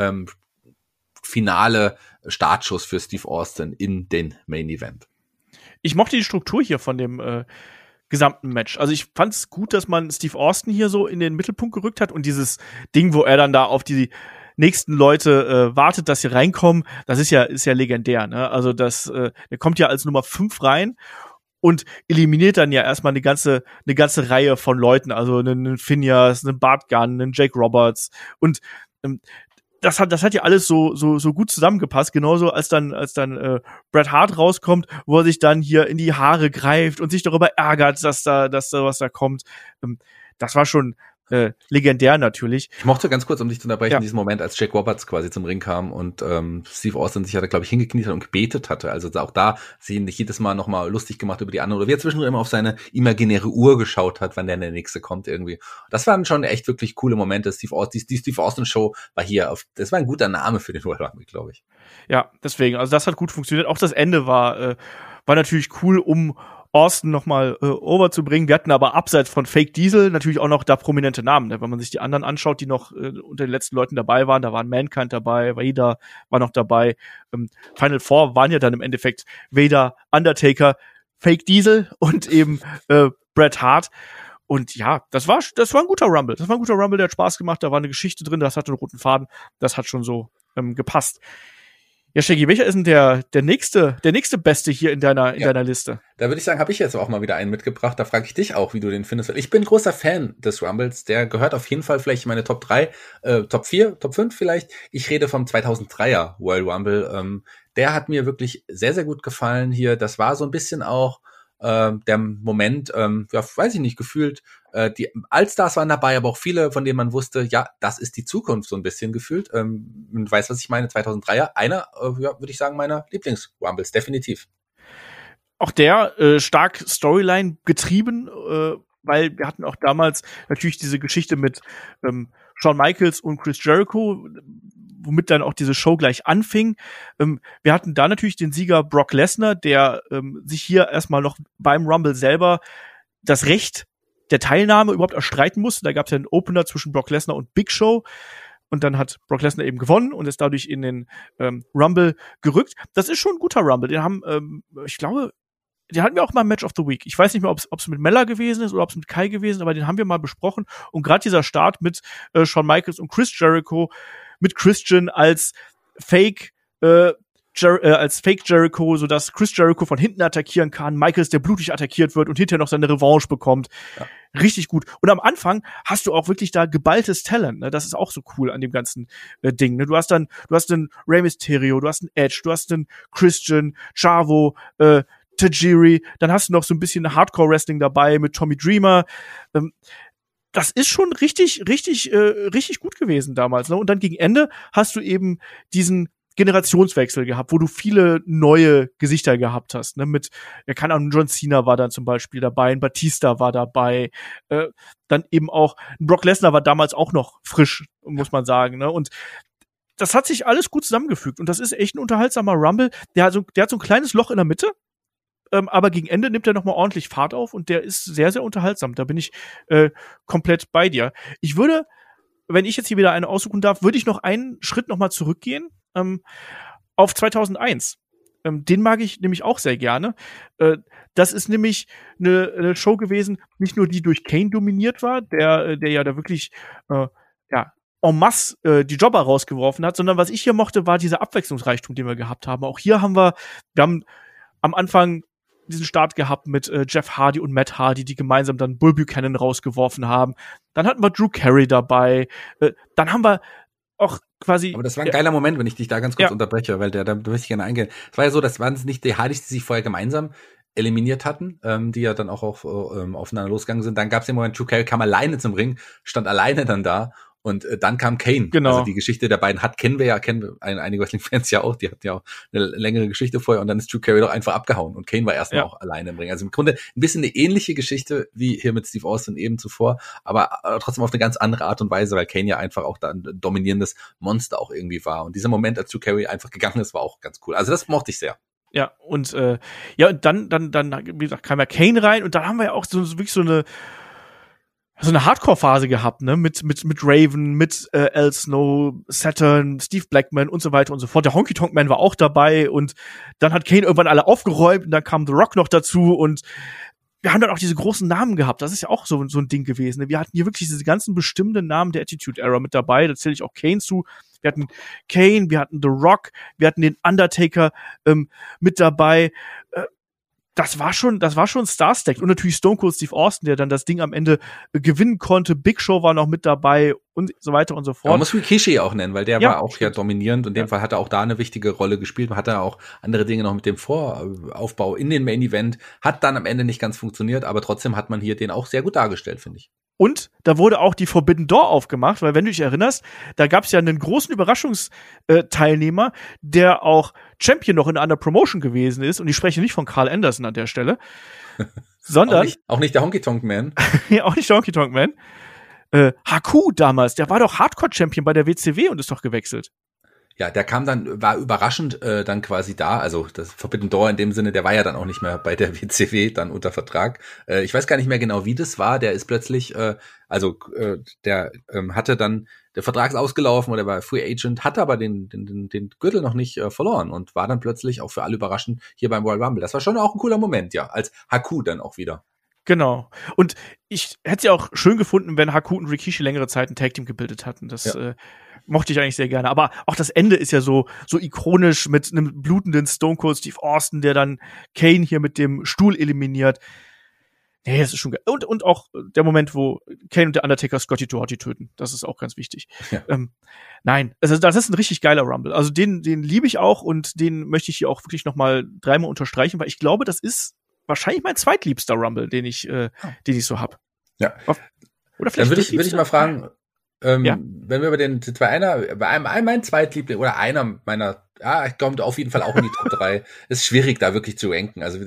finale Startschuss für Steve Austin in den Main Event. Ich mochte die Struktur hier von dem gesamten Match. Also ich fand es gut, dass man Steve Austin hier so in den Mittelpunkt gerückt hat und dieses Ding, wo er dann da auf die nächsten Leute wartet, dass sie reinkommen, das ist ja legendär, ne? Also der kommt ja als Nummer 5 rein und eliminiert dann ja erstmal eine ganze Reihe von Leuten, also einen Phineas, einen Bart Gunn, einen Jake Roberts und das hat ja alles so gut zusammengepasst, genauso als dann Bret Hart rauskommt, wo er sich dann hier in die Haare greift und sich darüber ärgert, dass da was da kommt. Das war schon legendär natürlich. Ich mochte ganz kurz, um dich zu unterbrechen, diesen Moment, als Jake Roberts quasi zum Ring kam und Steve Austin sich glaube ich, hingekniet hat und gebetet hatte. Also auch da sie ihn nicht jedes Mal nochmal lustig gemacht über die anderen oder wie er zwischendurch immer auf seine imaginäre Uhr geschaut hat, wann der nächste kommt irgendwie. Das waren schon echt wirklich coole Momente. Die Steve Austin Show war hier das war ein guter Name für den Royal Rumble, glaube ich. Ja, deswegen, also das hat gut funktioniert. Auch das Ende war natürlich cool, um Austin nochmal overzubringen. Wir hatten aber abseits von Fake Diesel natürlich auch noch da prominente Namen. Ne? Wenn man sich die anderen anschaut, die noch unter den letzten Leuten dabei waren, da waren Mankind dabei, Vader war noch dabei. Final Four waren ja dann im Endeffekt Vader, Undertaker, Fake Diesel und eben Bret Hart. Und ja, das war ein guter Rumble. Das war ein guter Rumble, der hat Spaß gemacht. Da war eine Geschichte drin, das hatte einen roten Faden. Das hat schon so gepasst. Ja, Shaggy, welcher ist denn der nächste Beste hier in deiner Liste? Da würde ich sagen, habe ich jetzt auch mal wieder einen mitgebracht. Da frage ich dich auch, wie du den findest. Ich bin großer Fan des Rumbles. Der gehört auf jeden Fall vielleicht in meine Top 3, Top 4, Top 5 vielleicht. Ich rede vom 2003er Royal Rumble. Der hat mir wirklich sehr, sehr gut gefallen hier. Das war so ein bisschen auch der Moment, weiß ich nicht, gefühlt, die Allstars waren dabei, aber auch viele, von denen man wusste, ja, das ist die Zukunft so ein bisschen gefühlt. Man weiß, was ich meine, 2003er, einer, würde ich sagen, meiner Lieblings-Rumbles, definitiv. Auch der stark Storyline getrieben, weil wir hatten auch damals natürlich diese Geschichte mit Shawn Michaels und Chris Jericho, womit dann auch diese Show gleich anfing. Wir hatten da natürlich den Sieger Brock Lesnar, der sich hier erstmal noch beim Rumble selber das Recht der Teilnahme überhaupt erstreiten musste. Da gab es ja einen Opener zwischen Brock Lesnar und Big Show. Und dann hat Brock Lesnar eben gewonnen und ist dadurch in den Rumble gerückt. Das ist schon ein guter Rumble. Den haben, ich glaube, den hatten wir auch mal im Match of the Week. Ich weiß nicht mehr, ob es mit Mella gewesen ist oder ob es mit Kai gewesen ist, aber den haben wir mal besprochen. Und gerade dieser Start mit Shawn Michaels und Chris Jericho, mit Christian als Fake Jericho, sodass Chris Jericho von hinten attackieren kann, Michaels, der blutig attackiert wird und hinterher noch seine Revanche bekommt. Ja. Richtig gut. Und am Anfang hast du auch wirklich da geballtes Talent. Ne? Das ist auch so cool an dem ganzen Ding. Ne? Du hast einen Rey Mysterio, du hast einen Edge, du hast einen Christian, Chavo, Tajiri, dann hast du noch so ein bisschen Hardcore-Wrestling dabei mit Tommy Dreamer. Das ist schon richtig gut gewesen damals. Ne? Und dann gegen Ende hast du eben diesen Generationswechsel gehabt, wo du viele neue Gesichter gehabt hast. Ne? Mit, keine Ahnung, John Cena war dann zum Beispiel dabei, ein Batista war dabei, dann eben auch, Brock Lesnar war damals auch noch frisch, muss man sagen. Ne? Und das hat sich alles gut zusammengefügt. Und das ist echt ein unterhaltsamer Rumble. Der hat so ein kleines Loch in der Mitte, aber gegen Ende nimmt er noch mal ordentlich Fahrt auf und der ist sehr, sehr unterhaltsam. Da bin ich komplett bei dir. Ich würde, wenn ich jetzt hier wieder eine aussuchen darf, würde ich noch einen Schritt noch mal zurückgehen auf 2001. Den mag ich nämlich auch sehr gerne. Das ist nämlich eine Show gewesen, nicht nur die durch Kane dominiert war, der ja da wirklich en masse die Jobber rausgeworfen hat, sondern was ich hier mochte, war dieser Abwechslungsreichtum, den wir gehabt haben. Auch hier haben wir am Anfang diesen Start gehabt mit Jeff Hardy und Matt Hardy, die gemeinsam dann Bull Buchanan rausgeworfen haben. Dann hatten wir Drew Carey dabei. Dann haben wir auch quasi. Aber das war ein geiler Moment, wenn ich dich da ganz kurz unterbreche, weil da möchte ich gerne eingehen. Es war ja so, das waren es nicht die Hardys, die sich vorher gemeinsam eliminiert hatten, die ja dann auch aufeinander losgegangen sind. Dann gab es den Moment, Drew Carey kam alleine zum Ring, stand alleine dann da. Und dann kam Kane. Genau. Also die Geschichte der beiden kennen wir einige Wrestling-Fans ja auch, die hatten ja auch eine längere Geschichte vorher und dann ist Drew Carey doch einfach abgehauen und Kane war erstmal auch alleine im Ring. Also im Grunde ein bisschen eine ähnliche Geschichte wie hier mit Steve Austin eben zuvor, aber trotzdem auf eine ganz andere Art und Weise, weil Kane ja einfach auch da ein dominierendes Monster auch irgendwie war. Und dieser Moment, als Drew Carey einfach gegangen ist, war auch ganz cool. Also das mochte ich sehr. Ja, und und dann, wie gesagt, kam ja Kane rein und dann haben wir ja auch wirklich so eine Hardcore-Phase gehabt, ne, mit Raven, mit Al Snow, Saturn, Steve Blackman und so weiter und so fort. Der Honky Tonk Man war auch dabei und dann hat Kane irgendwann alle aufgeräumt und dann kam The Rock noch dazu und wir haben dann auch diese großen Namen gehabt. Das ist ja auch so ein Ding gewesen. Ne? Wir hatten hier wirklich diese ganzen bestimmten Namen der Attitude Era mit dabei. Da zähle ich auch Kane zu. Wir hatten Kane, wir hatten The Rock, wir hatten den Undertaker mit dabei. Das war schon Star-Stacked. Und natürlich Stone Cold Steve Austin, der dann das Ding am Ende gewinnen konnte. Big Show war noch mit dabei und so weiter und so fort. Man muss Rikishi auch nennen, weil der war auch ja dominierend. Und in dem Fall hat er auch da eine wichtige Rolle gespielt. Man hatte auch andere Dinge noch mit dem Voraufbau in den Main Event. Hat dann am Ende nicht ganz funktioniert, aber trotzdem hat man hier den auch sehr gut dargestellt, finde ich. Und da wurde auch die Forbidden Door aufgemacht, weil wenn du dich erinnerst, da gab es ja einen großen Überraschungsteilnehmer, der auch Champion noch in einer Promotion gewesen ist. Und ich spreche nicht von Carl Anderson an der Stelle, sondern auch nicht der Honky Tonk Man. Ja, auch nicht der Honky Tonk Man. Haku damals, der war doch Hardcore-Champion bei der WCW und ist doch gewechselt. Ja, der kam dann, war überraschend dann quasi da, also das Forbidden Door in dem Sinne, der war ja dann auch nicht mehr bei der WCW dann unter Vertrag. Ich weiß gar nicht mehr genau, wie das war, der ist plötzlich, der hatte dann, der Vertrag ist ausgelaufen oder war Free Agent, hatte aber den Gürtel noch nicht verloren und war dann plötzlich auch für alle überraschend hier beim Royal Rumble. Das war schon auch ein cooler Moment, ja, als Haku dann auch wieder. Genau. Und ich hätte es ja auch schön gefunden, wenn Haku und Rikishi längere Zeit ein Tag-Team gebildet hatten. Das mochte ich eigentlich sehr gerne. Aber auch das Ende ist ja so ikonisch mit einem blutenden Stone Cold Steve Austin, der dann Kane hier mit dem Stuhl eliminiert. Nee, das ist schon geil. Und auch der Moment, wo Kane und der Undertaker Scotty 2 Hotty töten. Das ist auch ganz wichtig. Ja. Nein, also das ist ein richtig geiler Rumble. Also den liebe ich auch und den möchte ich hier auch wirklich noch mal 3-mal unterstreichen, weil ich glaube, das ist wahrscheinlich mein zweitliebster Rumble, den ich so hab. Ja. Oder vielleicht dann würde ich mal fragen, wenn wir über den mein Zweitliebling oder einer meiner, kommt auf jeden Fall auch in die Top 3. Ist schwierig, da wirklich zu ranken. Also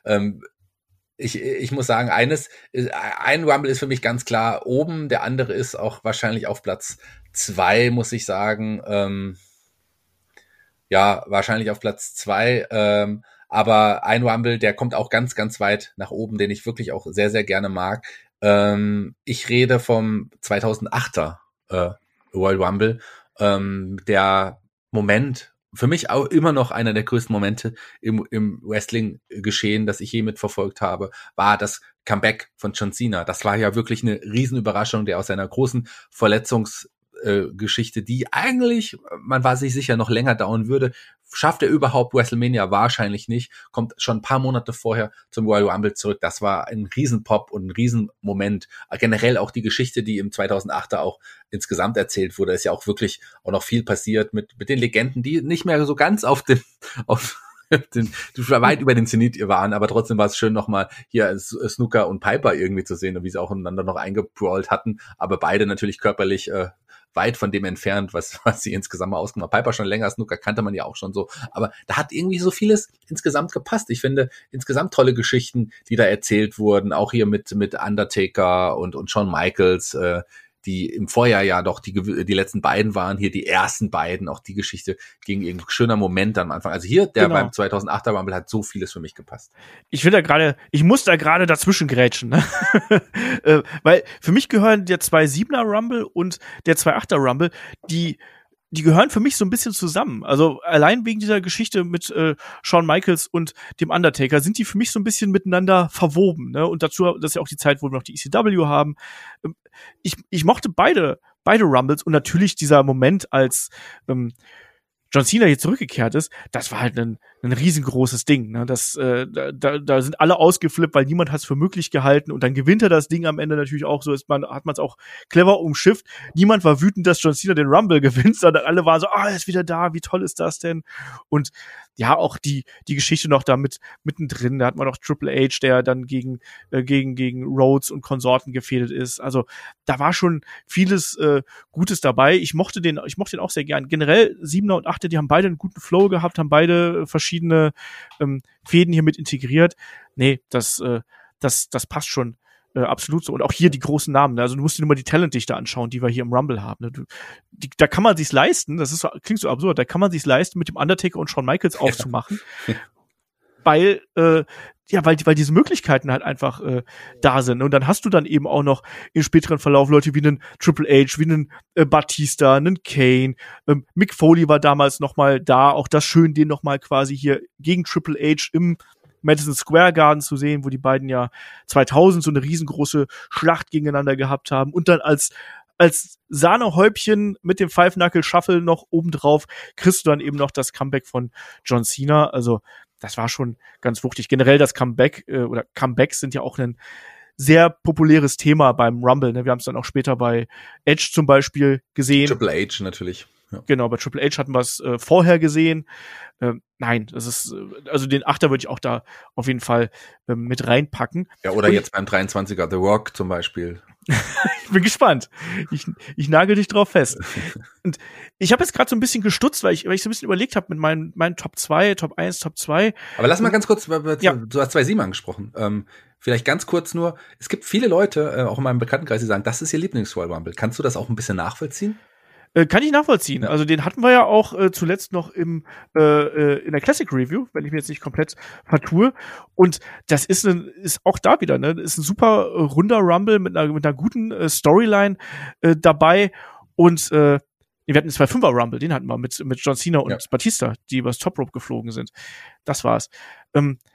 ich muss sagen, ein Rumble ist für mich ganz klar oben, der andere ist auch wahrscheinlich auf Platz 2, muss ich sagen. Wahrscheinlich auf Platz 2. Aber ein Rumble, der kommt auch ganz, ganz weit nach oben, den ich wirklich auch sehr, sehr gerne mag. Ich rede vom 2008er Royal Rumble. Der Moment, für mich auch immer noch einer der größten Momente im Wrestling-Geschehen, das ich je mitverfolgt habe, war das Comeback von John Cena. Das war ja wirklich eine Riesenüberraschung, der aus seiner großen Verletzungsgeschichte, die eigentlich, man war sich sicher, noch länger dauern würde, schafft er überhaupt WrestleMania? Wahrscheinlich nicht. Kommt schon ein paar Monate vorher zum Royal Rumble zurück. Das war ein Riesenpop und ein Riesenmoment. Generell auch die Geschichte, die im 2008er auch insgesamt erzählt wurde, ist ja auch wirklich auch noch viel passiert mit den Legenden, die nicht mehr so ganz weit über den Zenit waren, aber trotzdem war es schön, nochmal hier Snooker und Piper irgendwie zu sehen und wie sie auch einander noch eingebrawlt hatten, aber beide natürlich körperlich weit von dem entfernt, was sie insgesamt mal ausgemacht haben. Piper schon länger, Snooker kannte man ja auch schon so, aber da hat irgendwie so vieles insgesamt gepasst. Ich finde insgesamt tolle Geschichten, die da erzählt wurden, auch hier mit Undertaker und Shawn Michaels, die im Vorjahr ja doch die letzten beiden waren, hier die ersten beiden, auch die Geschichte ging irgendwie schöner Moment am Anfang. Also hier, der beim 2008er Rumble hat so vieles für mich gepasst. Ich muss da gerade dazwischen grätschen, ne? Weil für mich gehören der 2.7er Rumble und der 2.8er Rumble, die gehören für mich so ein bisschen zusammen. Also allein wegen dieser Geschichte mit Shawn Michaels und dem Undertaker sind die für mich so ein bisschen miteinander verwoben, ne? Und dazu, das ist ja auch die Zeit, wo wir noch die ECW haben. Ich mochte beide Rumbles und natürlich dieser Moment, als John Cena hier zurückgekehrt ist, das war halt ein riesengroßes Ding. Ne? Da sind alle ausgeflippt, weil niemand hat es für möglich gehalten. Und dann gewinnt er das Ding am Ende natürlich auch. So hat man es auch clever umschifft. Niemand war wütend, dass John Cena den Rumble gewinnt, sondern alle waren so, er ist wieder da, wie toll ist das denn? Und ja, auch die Geschichte noch da mittendrin. Da hat man noch Triple H, der dann gegen Rhodes und Konsorten gefädelt ist. Also da war schon vieles Gutes dabei. Ich mochte den auch sehr gern. Generell 7er und 8er, die haben beide einen guten Flow gehabt, haben beide verschiedene Fäden hier mit integriert. Nee, das passt schon absolut so. Und auch hier die großen Namen. Ne? Also du musst dir nur mal die Talentdichte anschauen, die wir hier im Rumble haben. Ne? Da kann man sich's leisten, klingt so absurd, da kann man sich's leisten, mit dem Undertaker und Shawn Michaels aufzumachen. Weil diese Möglichkeiten halt einfach da sind. Und dann hast du dann eben auch noch im späteren Verlauf Leute wie einen Triple H, wie einen Batista, einen Kane. Mick Foley war damals noch mal da. Auch das schön, den noch mal quasi hier gegen Triple H im Madison Square Garden zu sehen, wo die beiden ja 2000 so eine riesengroße Schlacht gegeneinander gehabt haben. Und dann als Sahnehäubchen mit dem Five-Knuckle-Shuffle noch obendrauf kriegst du dann eben noch das Comeback von John Cena. Also das war schon ganz wuchtig. Generell das Comeback oder Comebacks sind ja auch ein sehr populäres Thema beim Rumble. Ne? Wir haben es dann auch später bei Edge zum Beispiel gesehen. Triple H natürlich. Ja. Genau, bei Triple H hatten wir es vorher gesehen. Nein, das ist, also den Achter würde ich auch da auf jeden Fall mit reinpacken. Ja, oder jetzt beim 23er The Rock zum Beispiel. Ich bin gespannt. Ich nagel dich drauf fest. Und ich habe jetzt gerade so ein bisschen gestutzt, weil ich so ein bisschen überlegt habe mit meinen Top 2, Top 1, Top 2. Aber lass mal ganz kurz, du hast 2.7 angesprochen. Vielleicht ganz kurz nur, es gibt viele Leute, auch in meinem Bekanntenkreis, die sagen, das ist ihr Lieblings-Royal Rumble. Kannst du das auch ein bisschen nachvollziehen? Kann ich nachvollziehen. Ja. Also den hatten wir ja auch zuletzt noch in der Classic Review, wenn ich mir jetzt nicht komplett vertue. Und das ist auch da wieder, ne? Das ist ein super runder Rumble mit einer guten Storyline dabei. Und wir hatten einen 2.5er Rumble, den hatten wir mit John Cena und Batista, die übers Top Rope geflogen sind. Das war's.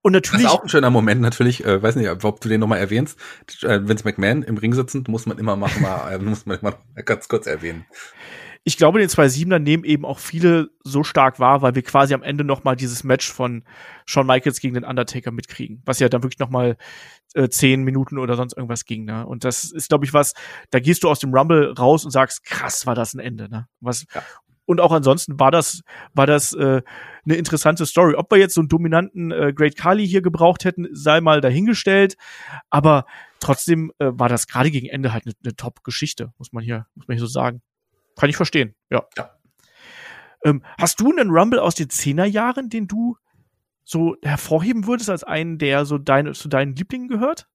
Und natürlich. Das ist auch ein schöner Moment natürlich, weiß nicht, ob du den nochmal erwähnst. Vince McMahon im Ring sitzend, muss man immer ganz kurz erwähnen. Ich glaube, den 2-7er nehmen eben auch viele so stark wahr, weil wir quasi am Ende noch mal dieses Match von Shawn Michaels gegen den Undertaker mitkriegen, was ja dann wirklich noch mal 10 Minuten oder sonst irgendwas ging, ne? Und das ist, glaube ich, was, da gehst du aus dem Rumble raus und sagst, krass, war das ein Ende, ne? Und auch ansonsten war das eine interessante Story. Ob wir jetzt so einen dominanten Great Khali hier gebraucht hätten, sei mal dahingestellt. Aber trotzdem war das gerade gegen Ende halt eine Top-Geschichte, muss man hier so sagen. Kann ich verstehen, ja. Hast du einen Rumble aus den 10er Jahren, den du so hervorheben würdest als einen, der so zu deinen Lieblingen gehört?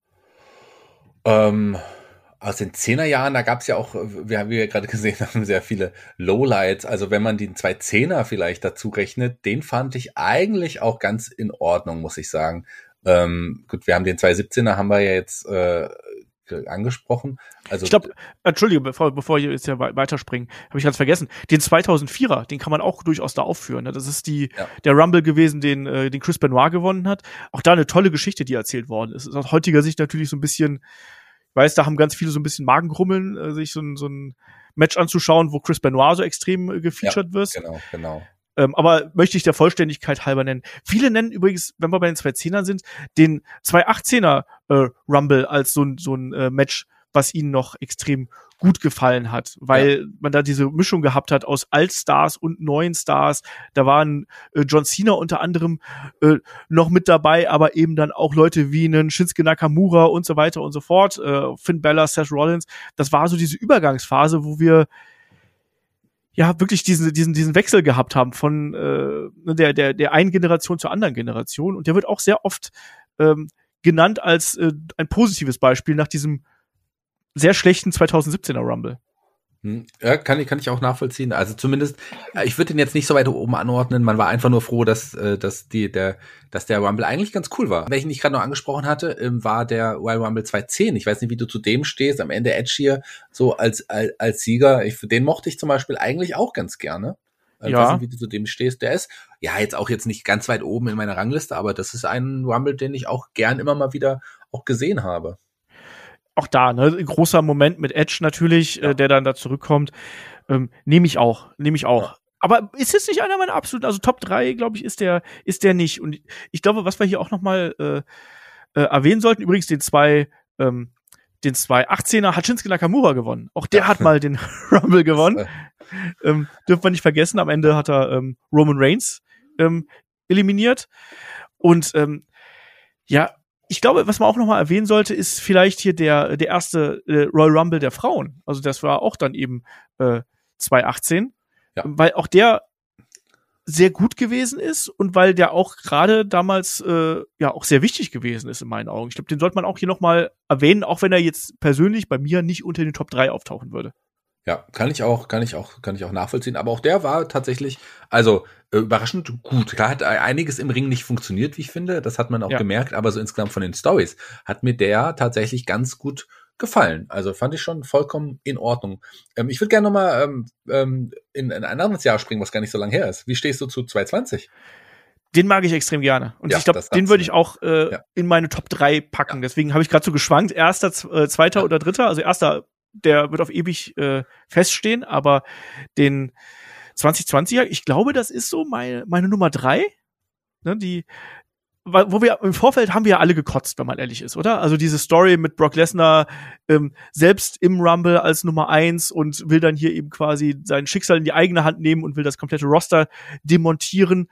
Aus den 10er Jahren, da gab es ja auch, wie wir gerade gesehen haben, sehr viele Lowlights. Also wenn man den 210er vielleicht dazu rechnet, den fand ich eigentlich auch ganz in Ordnung, muss ich sagen. Gut, wir haben den 217er, haben wir ja jetzt angesprochen. Also ich glaube, Entschuldige, bevor ich jetzt ja weiterspringen, habe ich ganz vergessen. Den 2004er, den kann man auch durchaus da aufführen. Ne? Das ist der Rumble gewesen, den Chris Benoit gewonnen hat. Auch da eine tolle Geschichte, die erzählt worden ist. Ist aus heutiger Sicht natürlich so ein bisschen, ich weiß, da haben ganz viele so ein bisschen Magengrummeln, sich so ein Match anzuschauen, wo Chris Benoit so extrem gefeatured wird. Genau. Aber möchte ich der Vollständigkeit halber nennen. Viele nennen übrigens, wenn wir bei den 210ern sind, den 218er Rumble als so ein Match, was ihnen noch extrem gut gefallen hat, weil man da diese Mischung gehabt hat aus Altstars und neuen Stars. Da waren John Cena unter anderem noch mit dabei, aber eben dann auch Leute wie einen Shinsuke Nakamura und so weiter und so fort, Finn Balor, Seth Rollins. Das war so diese Übergangsphase, wo wir ja wirklich diesen Wechsel gehabt haben von der einen Generation zur anderen Generation. Und der wird auch sehr oft genannt als ein positives Beispiel nach diesem sehr schlechten 2017er Rumble. Ja, kann ich auch nachvollziehen. Also zumindest, ich würde den jetzt nicht so weit oben anordnen. Man war einfach nur froh, dass der Rumble eigentlich ganz cool war. Welchen ich gerade noch angesprochen hatte, war der Royal Rumble 210. Ich weiß nicht, wie du zu dem stehst. Am Ende Edge hier so als Sieger. Den mochte ich zum Beispiel eigentlich auch ganz gerne. Ich weiß nicht, wie du zu dem stehst. Der ist ja jetzt nicht ganz weit oben in meiner Rangliste, aber das ist ein Rumble, den ich auch gern immer mal wieder auch gesehen habe. Auch da, ne, ein großer Moment mit Edge natürlich, der dann da zurückkommt. Nehme ich auch. Ja. Aber ist es nicht einer meiner absoluten, also Top 3, glaube ich, ist der nicht. Und ich glaube, was wir hier auch noch mal erwähnen sollten, übrigens den 218er hat Shinsuke Nakamura gewonnen. Auch der hat mal den Rumble gewonnen. Dürfen wir nicht vergessen, am Ende hat er Roman Reigns eliminiert. Und ich glaube, was man auch noch mal erwähnen sollte, ist vielleicht hier der erste Royal Rumble der Frauen. Also das war auch dann eben 2018, weil auch der sehr gut gewesen ist und weil der auch gerade damals auch sehr wichtig gewesen ist in meinen Augen. Ich glaube, den sollte man auch hier noch mal erwähnen, auch wenn er jetzt persönlich bei mir nicht unter den Top 3 auftauchen würde. Ja, kann ich auch nachvollziehen. Aber auch der war tatsächlich, also überraschend gut. Klar hat einiges im Ring nicht funktioniert, wie ich finde. Das hat man auch gemerkt. Aber so insgesamt von den Stories hat mir der tatsächlich ganz gut gefallen. Also fand ich schon vollkommen in Ordnung. Ich würde gerne nochmal in ein anderes Jahr springen, was gar nicht so lange her ist. Wie stehst du zu 220? Den mag ich extrem gerne. Und ich glaube, den würde ich auch in meine Top 3 packen. Deswegen habe ich gerade so geschwankt. Erster, zweiter oder dritter. Also erster, der wird auf ewig feststehen, aber den 2020er, ich glaube, das ist so meine Nummer 3. Ne, wo wir im Vorfeld haben wir ja alle gekotzt, wenn man ehrlich ist, oder? Also diese Story mit Brock Lesnar selbst im Rumble als Nummer 1 und will dann hier eben quasi sein Schicksal in die eigene Hand nehmen und will das komplette Roster demontieren.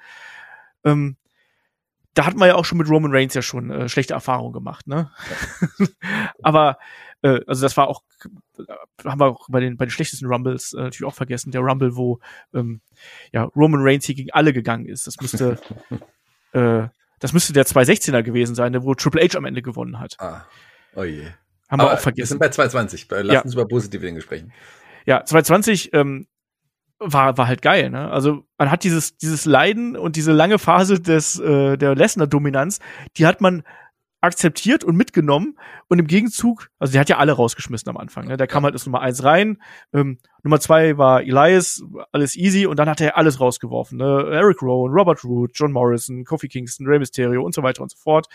Da hatten wir ja auch schon mit Roman Reigns ja schon schlechte Erfahrungen gemacht, ne? Aber also das war auch, haben wir auch bei den schlechtesten Rumbles natürlich auch vergessen, der Rumble, wo Roman Reigns hier gegen alle gegangen ist. Das müsste der 216er gewesen sein, wo Triple H am Ende gewonnen hat. Oh je. Haben wir auch vergessen. Wir sind bei 220. Lass uns über positive Dinge sprechen. Ja, 220 war halt geil, ne? Also man hat dieses Leiden und diese lange Phase der Lesnar-Dominanz, die hat man akzeptiert und mitgenommen und im Gegenzug, also der hat ja alle rausgeschmissen am Anfang, ne? Der kam halt als Nummer 1 rein, Nummer 2 war Elias, alles easy und dann hat er alles rausgeworfen, ne? Eric Rowan, Robert Roode, John Morrison, Kofi Kingston, Rey Mysterio und so weiter und so fort.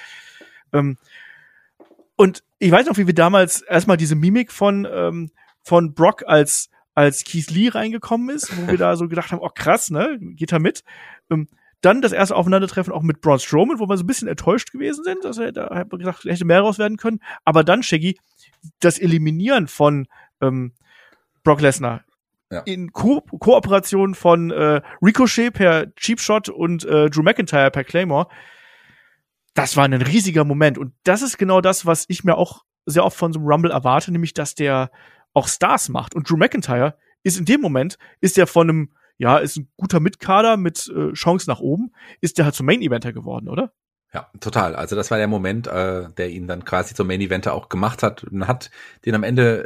Und ich weiß noch, wie wir damals erstmal diese Mimik von Brock als Keith Lee reingekommen ist, wo wir da so gedacht haben, oh krass, ne, geht er mit. Dann das erste Aufeinandertreffen auch mit Braun Strowman, wo wir so ein bisschen enttäuscht gewesen sind, dass er da hat man gedacht, hätte mehr raus werden können. Aber dann, Shaggy, das Eliminieren von Brock Lesnar in Kooperation von Ricochet per Cheap Shot und Drew McIntyre per Claymore, das war ein riesiger Moment. Und das ist genau das, was ich mir auch sehr oft von so einem Rumble erwarte, nämlich, dass der auch Stars macht. Und Drew McIntyre ist in dem Moment, ist der von einem, ja, ist ein guter Mitkader mit Chance nach oben, ist der halt zum Main-Eventer geworden, oder? Ja, total. Also das war der Moment, der ihn dann quasi zum Main-Eventer auch gemacht hat. Und hat den am Ende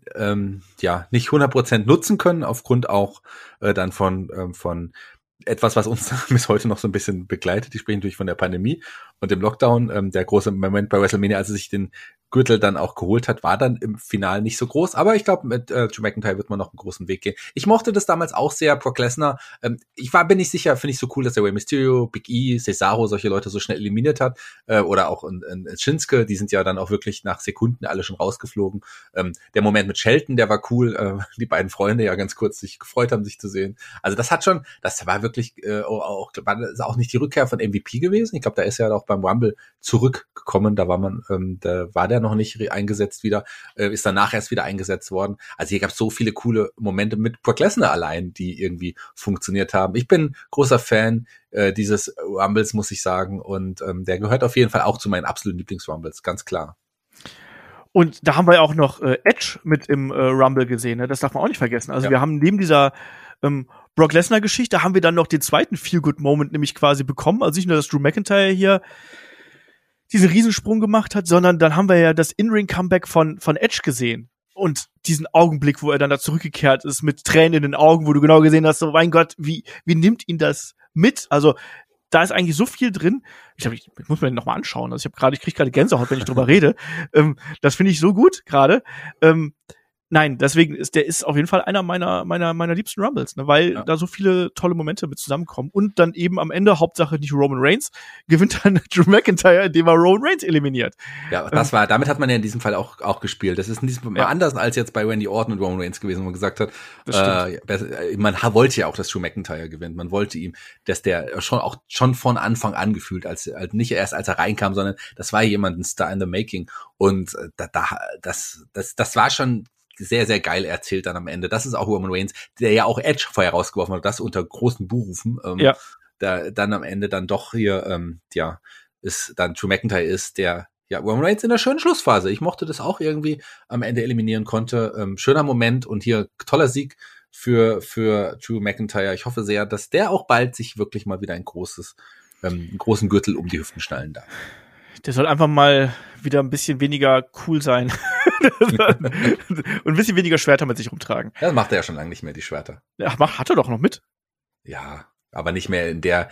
nicht 100% nutzen können, aufgrund auch dann von etwas, was uns bis heute noch so ein bisschen begleitet. Die sprechen natürlich von der Pandemie und dem Lockdown. Der große Moment bei WrestleMania, als er sich den Gürtel dann auch geholt hat, war dann im Finale nicht so groß. Aber ich glaube, mit Drew McIntyre wird man noch einen großen Weg gehen. Ich mochte das damals auch sehr, Brock Lesnar. Bin nicht sicher, finde ich so cool, dass der Rey Mysterio, Big E, Cesaro solche Leute so schnell eliminiert hat. Oder auch in Shinsuke, die sind ja dann auch wirklich nach Sekunden alle schon rausgeflogen. Der Moment mit Shelton, der war cool. Die beiden Freunde ja ganz kurz sich gefreut haben, sich zu sehen. Also das war wirklich auch nicht die Rückkehr von MVP gewesen. Ich glaube, da ist ja auch beim Rumble zurückgekommen. Da war der noch nicht eingesetzt wieder, ist danach erst wieder eingesetzt worden. Also hier gab es so viele coole Momente mit Brock Lesnar allein, die irgendwie funktioniert haben. Ich bin großer Fan dieses Rumbles, muss ich sagen, und der gehört auf jeden Fall auch zu meinen absoluten Lieblings-Rumbles, ganz klar. Und da haben wir ja auch noch Edge mit im Rumble gesehen, ne? Das darf man auch nicht vergessen. Also wir haben neben dieser Brock Lesnar-Geschichte haben wir dann noch den zweiten Feel-Good-Moment nämlich quasi bekommen. Also nicht nur, dass Drew McIntyre hier diesen Riesensprung gemacht hat, sondern dann haben wir ja das In-Ring-Comeback von Edge gesehen. Und diesen Augenblick, wo er dann da zurückgekehrt ist mit Tränen in den Augen, wo du genau gesehen hast, so, mein Gott, wie nimmt ihn das mit? Also, da ist eigentlich so viel drin. Ich muss mir den noch mal anschauen. Also ich kriege gerade Gänsehaut, wenn ich drüber rede. Das finde ich so gut gerade. Nein, deswegen ist auf jeden Fall einer meiner liebsten Rumbles, ne, weil da so viele tolle Momente mit zusammenkommen und dann eben am Ende Hauptsache nicht Roman Reigns gewinnt dann Drew McIntyre, indem er Roman Reigns eliminiert. Ja, damit hat man ja in diesem Fall auch gespielt. Das ist in diesem Fall anders als jetzt bei Randy Orton und Roman Reigns gewesen, wo man gesagt hat, man wollte ja auch, dass Drew McIntyre gewinnt. Man wollte ihm, dass der schon von Anfang an gefühlt, als nicht erst als er reinkam, sondern das war jemand ein Star in the Making und das war schon sehr, sehr geil erzählt dann am Ende. Das ist auch Roman Reigns, der ja auch Edge vorher rausgeworfen hat, das unter großen Buhrufen. Da dann am Ende dann doch hier, ist dann Drew McIntyre ist, der Roman Reigns in der schönen Schlussphase. Ich mochte das auch irgendwie am Ende eliminieren konnte. Schöner Moment und hier toller Sieg für Drew McIntyre. Ich hoffe sehr, dass der auch bald sich wirklich mal wieder einen großen Gürtel um die Hüften schnallen darf. Der soll einfach mal wieder ein bisschen weniger cool sein. Und ein bisschen weniger Schwerter mit sich rumtragen. Das macht er ja schon lange nicht mehr, die Schwerter. Ja, hat er doch noch mit. Ja, aber nicht mehr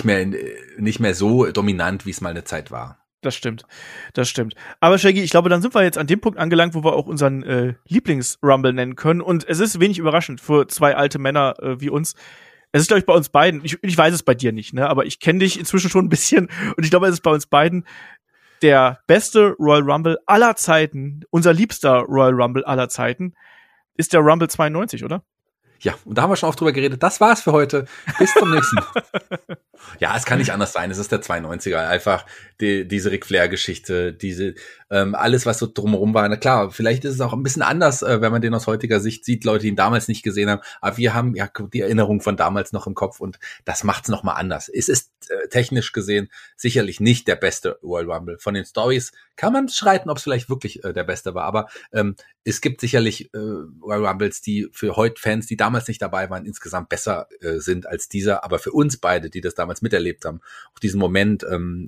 so dominant, wie es mal eine Zeit war. Das stimmt. Aber Shaggy, ich glaube, dann sind wir jetzt an dem Punkt angelangt, wo wir auch unseren Lieblings-Rumble nennen können. Und es ist wenig überraschend für zwei alte Männer wie uns. Es ist, glaube ich, bei uns beiden, ich weiß es bei dir nicht, ne, aber ich kenne dich inzwischen schon ein bisschen und ich glaube, es ist bei uns beiden der beste Royal Rumble aller Zeiten, unser liebster Royal Rumble aller Zeiten, ist der Rumble 92, oder? Ja, und da haben wir schon oft drüber geredet. Das war's für heute. Bis zum nächsten. Ja, es kann nicht anders sein. Es ist der 92er. Einfach diese Ric Flair-Geschichte, alles, was so drumherum war. Na klar, vielleicht ist es auch ein bisschen anders, wenn man den aus heutiger Sicht sieht, Leute, die ihn damals nicht gesehen haben. Aber wir haben ja die Erinnerung von damals noch im Kopf und das macht's nochmal anders. Es ist technisch gesehen sicherlich nicht der beste Royal Rumble. Von den Stories kann man streiten, ob es vielleicht wirklich der beste war. Aber es gibt sicherlich Royal Rumbles, die für heute Fans, die damals nicht dabei waren, insgesamt besser sind als dieser. Aber für uns beide, die das damals miterlebt haben, auf diesen Moment,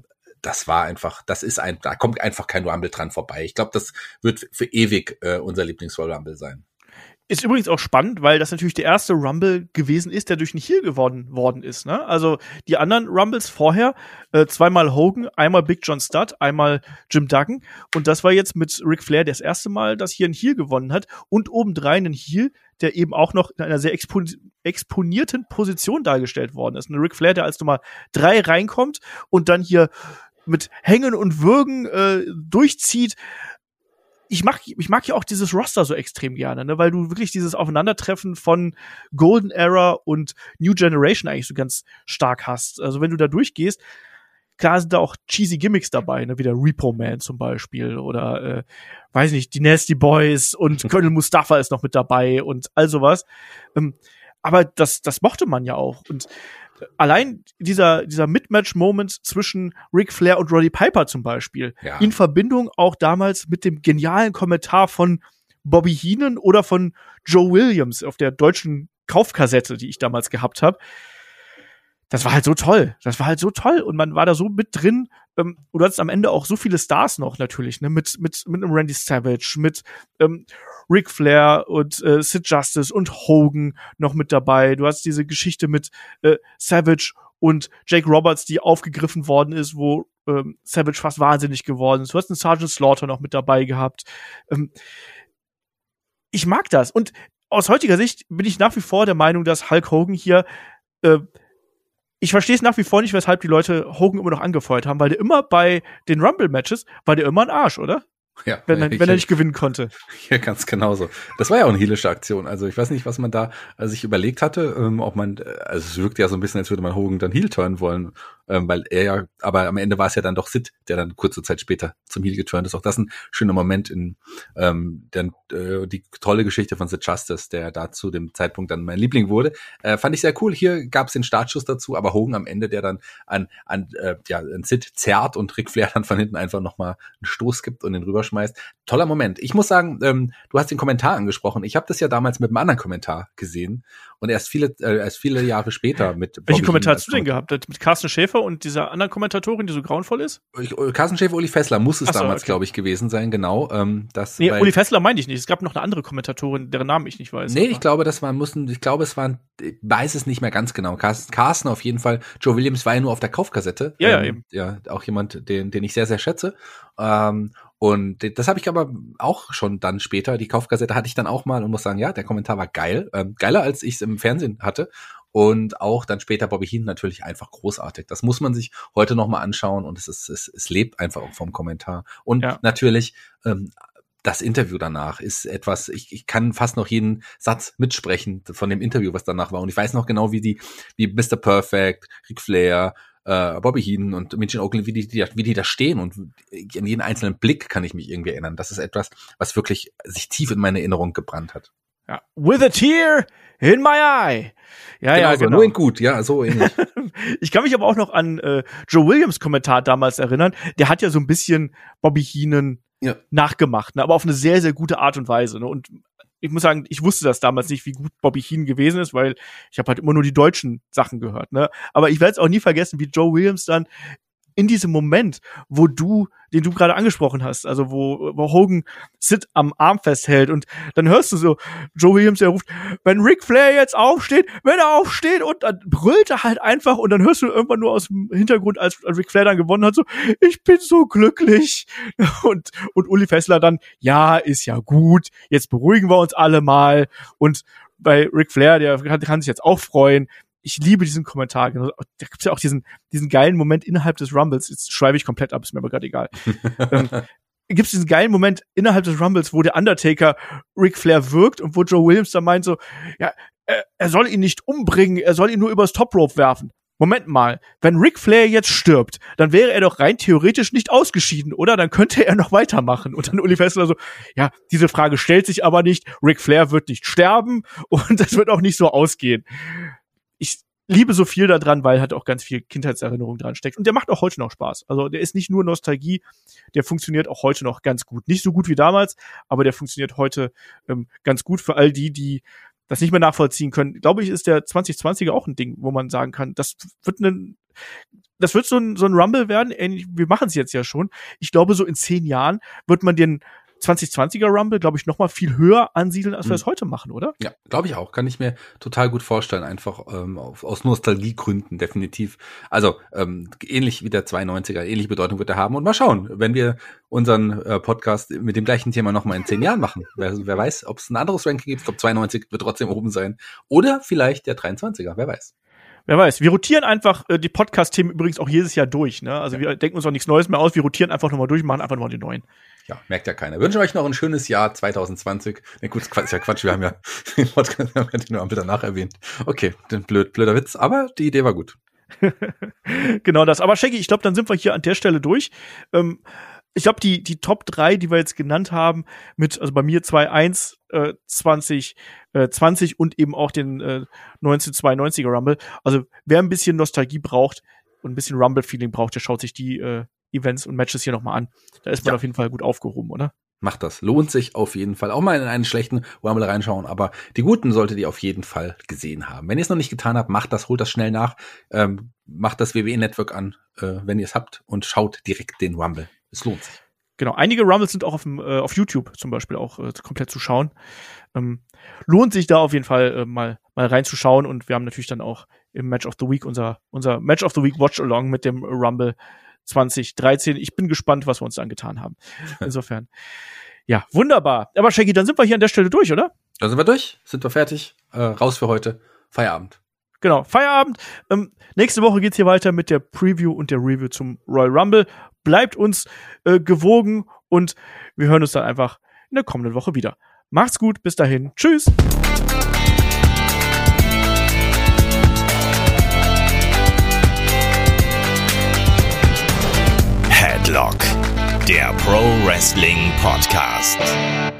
da kommt einfach kein Rumble dran vorbei. Ich glaube, das wird für ewig unser Lieblings-Royal Rumble sein. Ist übrigens auch spannend, weil das natürlich der erste Rumble gewesen ist, der durch einen Heel worden ist. Ne? Also die anderen Rumbles vorher, zweimal Hogan, einmal Big John Studd, einmal Jim Duggan. Und das war jetzt mit Ric Flair das erste Mal, dass hier ein Heel gewonnen hat. Und obendrein ein Heel, der eben auch noch in einer sehr exponierten Position dargestellt worden ist. Ein Ric Flair, der als Nummer 3 reinkommt und dann hier mit Hängen und Würgen durchzieht. Ich mag ja auch dieses Roster so extrem gerne, ne, weil du wirklich dieses Aufeinandertreffen von Golden Era und New Generation eigentlich so ganz stark hast. Also wenn du da durchgehst, klar sind da auch cheesy Gimmicks dabei, ne, wie der Repo Man zum Beispiel oder, weiß nicht, die Nasty Boys und Colonel Mustafa ist noch mit dabei und all sowas. Aber das mochte man ja auch. Und allein dieser Mid-Match-Moment zwischen Ric Flair und Roddy Piper zum Beispiel, in Verbindung auch damals mit dem genialen Kommentar von Bobby Heenan oder von Joe Williams auf der deutschen Kaufkassette, die ich damals gehabt habe, das war halt so toll. Und man war da so mit drin. Und du hattest am Ende auch so viele Stars noch natürlich, ne, mit einem Randy Savage, mit Ric Flair und Sid Justice und Hogan noch mit dabei. Du hast diese Geschichte mit Savage und Jake Roberts, die aufgegriffen worden ist, wo Savage fast wahnsinnig geworden ist. Du hast einen Sergeant Slaughter noch mit dabei gehabt. Ich mag das. Und aus heutiger Sicht bin ich nach wie vor der Meinung, dass Hulk Hogan hier ich verstehe es nach wie vor nicht, weshalb die Leute Hogan immer noch angefeuert haben, weil der immer bei den Rumble-Matches war der immer ein Arsch, oder? Ja, wenn er nicht gewinnen konnte. Ja, ganz genauso. Das war ja auch eine heelische Aktion. Also ich weiß nicht, was man da sich überlegt hatte, ob man, also es wirkt ja so ein bisschen, als würde man Hogan dann Heel turnen wollen, weil er ja, aber am Ende war es ja dann doch Sid, der dann kurze Zeit später zum Heel geturnt ist. Auch das ein schöner Moment in die tolle Geschichte von Sid Justice, der da zu dem Zeitpunkt dann mein Liebling wurde. Fand ich sehr cool. Hier gab es den Startschuss dazu, aber Hogan am Ende, der dann an Sid zerrt und Ric Flair dann von hinten einfach nochmal einen Stoß gibt und den rüberschmeißt. Toller Moment. Ich muss sagen, du hast den Kommentar angesprochen. Ich habe das ja damals mit einem anderen Kommentar gesehen und erst viele Jahre später mit Welchen Kommentar hast du denn gehabt? Mit Carsten Schäfer und dieser anderen Kommentatorin, die so grauenvoll ist? Carsten Schäfer, Uli Fessler muss es damals, glaube ich, gewesen sein, genau. Uli Fessler meinte ich nicht. Es gab noch eine andere Kommentatorin, deren Namen ich nicht weiß. Nee, ich glaube, ich weiß es nicht mehr ganz genau. Carsten auf jeden Fall. Joe Williams war ja nur auf der Kaufkassette. Ja, eben. Ja, auch jemand, den ich sehr, sehr schätze. Und das habe ich aber auch schon dann später, die Kaufkassette hatte ich dann auch mal und muss sagen, ja, der Kommentar war geil. Geiler, als ich es im Fernsehen hatte. Und auch dann später Bobby Heenan natürlich einfach großartig. Das muss man sich heute noch mal anschauen und es lebt einfach auch vom Kommentar. Und natürlich das Interview danach ist etwas, ich kann fast noch jeden Satz mitsprechen von dem Interview, was danach war. Und ich weiß noch genau, wie Mr. Perfect, Ric Flair, Bobby Heenan und Mitch Oakley, wie die da stehen und an jeden einzelnen Blick kann ich mich irgendwie erinnern. Das ist etwas, was wirklich sich tief in meine Erinnerung gebrannt hat. Ja. With a tear in my eye. Genau. Nur in gut, ja, so ähnlich. Ich kann mich aber auch noch an Joe Williams Kommentar damals erinnern. Der hat ja so ein bisschen Bobby Heenan nachgemacht, ne? Aber auf eine sehr, sehr gute Art und Weise. Ne? Und ich muss sagen, ich wusste das damals nicht, wie gut Bobby Heenan gewesen ist, weil ich habe halt immer nur die deutschen Sachen gehört. Ne? Aber ich werde es auch nie vergessen, wie Joe Williams dann in diesem Moment, den du gerade angesprochen hast, also wo Hogan Sid am Arm festhält und dann hörst du so, Joe Williams, der ruft, wenn Ric Flair jetzt aufsteht, wenn er aufsteht und dann brüllt er halt einfach und dann hörst du irgendwann nur aus dem Hintergrund, als Ric Flair dann gewonnen hat, so, ich bin so glücklich und Uli Fessler dann, ja, ist ja gut, jetzt beruhigen wir uns alle mal und bei Ric Flair, der kann sich jetzt auch freuen. Ich liebe diesen Kommentar. Da gibt's ja auch diesen geilen Moment innerhalb des Rumbles. Jetzt schreibe ich komplett ab, ist mir aber gerade egal. Gibt's diesen geilen Moment innerhalb des Rumbles, wo der Undertaker Ric Flair wirkt und wo Joe Williams dann meint so, ja, er soll ihn nicht umbringen, er soll ihn nur übers Top Rope werfen. Moment mal, wenn Ric Flair jetzt stirbt, dann wäre er doch rein theoretisch nicht ausgeschieden, oder? Dann könnte er noch weitermachen. Und dann Uli Fessler so, ja, diese Frage stellt sich aber nicht. Ric Flair wird nicht sterben und das wird auch nicht so ausgehen. Ich liebe so viel daran, weil halt auch ganz viel Kindheitserinnerung dran steckt. Und der macht auch heute noch Spaß. Also der ist nicht nur Nostalgie, der funktioniert auch heute noch ganz gut. Nicht so gut wie damals, aber der funktioniert heute ganz gut für all die das nicht mehr nachvollziehen können. Glaube ich, ist der 2020er auch ein Ding, wo man sagen kann, das wird so ein Rumble werden. Wir machen es jetzt ja schon. Ich glaube, so in 10 Jahren wird man den 2020er Rumble, glaube ich, noch mal viel höher ansiedeln, als wir es heute machen, oder? Ja, glaube ich auch. Kann ich mir total gut vorstellen, einfach aus Nostalgiegründen definitiv. Also ähnlich wie der 92er, ähnliche Bedeutung wird er haben. Und mal schauen, wenn wir unseren Podcast mit dem gleichen Thema noch mal in 10 Jahren machen. Wer weiß, ob es ein anderes Ranking gibt. Ich glaube, 92 wird trotzdem oben sein. Oder vielleicht der 23er, wer weiß. Wer weiß. Wir rotieren einfach die Podcast-Themen übrigens auch jedes Jahr durch. Ne? Also wir denken uns auch nichts Neues mehr aus. Wir rotieren einfach nochmal durch, machen einfach nochmal die neuen. Ja, merkt ja keiner. Wünschen euch noch ein schönes Jahr 2020. Na gut, ist ja Quatsch. Wir haben ja den Podcast den Rumble danach erwähnt. Okay, blöder Witz. Aber die Idee war gut. Genau das. Aber Shaggy, ich glaube, dann sind wir hier an der Stelle durch. Ich glaube, die Top 3, die wir jetzt genannt haben, also bei mir 2-1, 2020 und eben auch den 1992er Rumble. Also wer ein bisschen Nostalgie braucht und ein bisschen Rumble-Feeling braucht, der schaut sich die Events und Matches hier nochmal an. Da ist man auf jeden Fall gut aufgehoben, oder? Macht das. Lohnt sich auf jeden Fall. Auch mal in einen schlechten Rumble reinschauen, aber die guten solltet ihr auf jeden Fall gesehen haben. Wenn ihr es noch nicht getan habt, macht das, holt das schnell nach. Macht das WWE-Network an, wenn ihr es habt, und schaut direkt den Rumble. Es lohnt sich. Genau, einige Rumbles sind auch auf YouTube zum Beispiel auch komplett zu schauen. Lohnt sich da auf jeden Fall mal reinzuschauen, und wir haben natürlich dann auch im Match of the Week unser Match of the Week Watch-Along mit dem Rumble 2013. Ich bin gespannt, was wir uns da angetan haben. Insofern, ja, wunderbar. Aber Shaggy, dann sind wir hier an der Stelle durch, oder? Dann sind wir durch, sind wir fertig, raus für heute, Feierabend. Genau, Feierabend. Nächste Woche geht's hier weiter mit der Preview und der Review zum Royal Rumble. Bleibt uns gewogen, und wir hören uns dann einfach in der kommenden Woche wieder. Macht's gut, bis dahin. Tschüss. Headlock, der Pro Wrestling Podcast.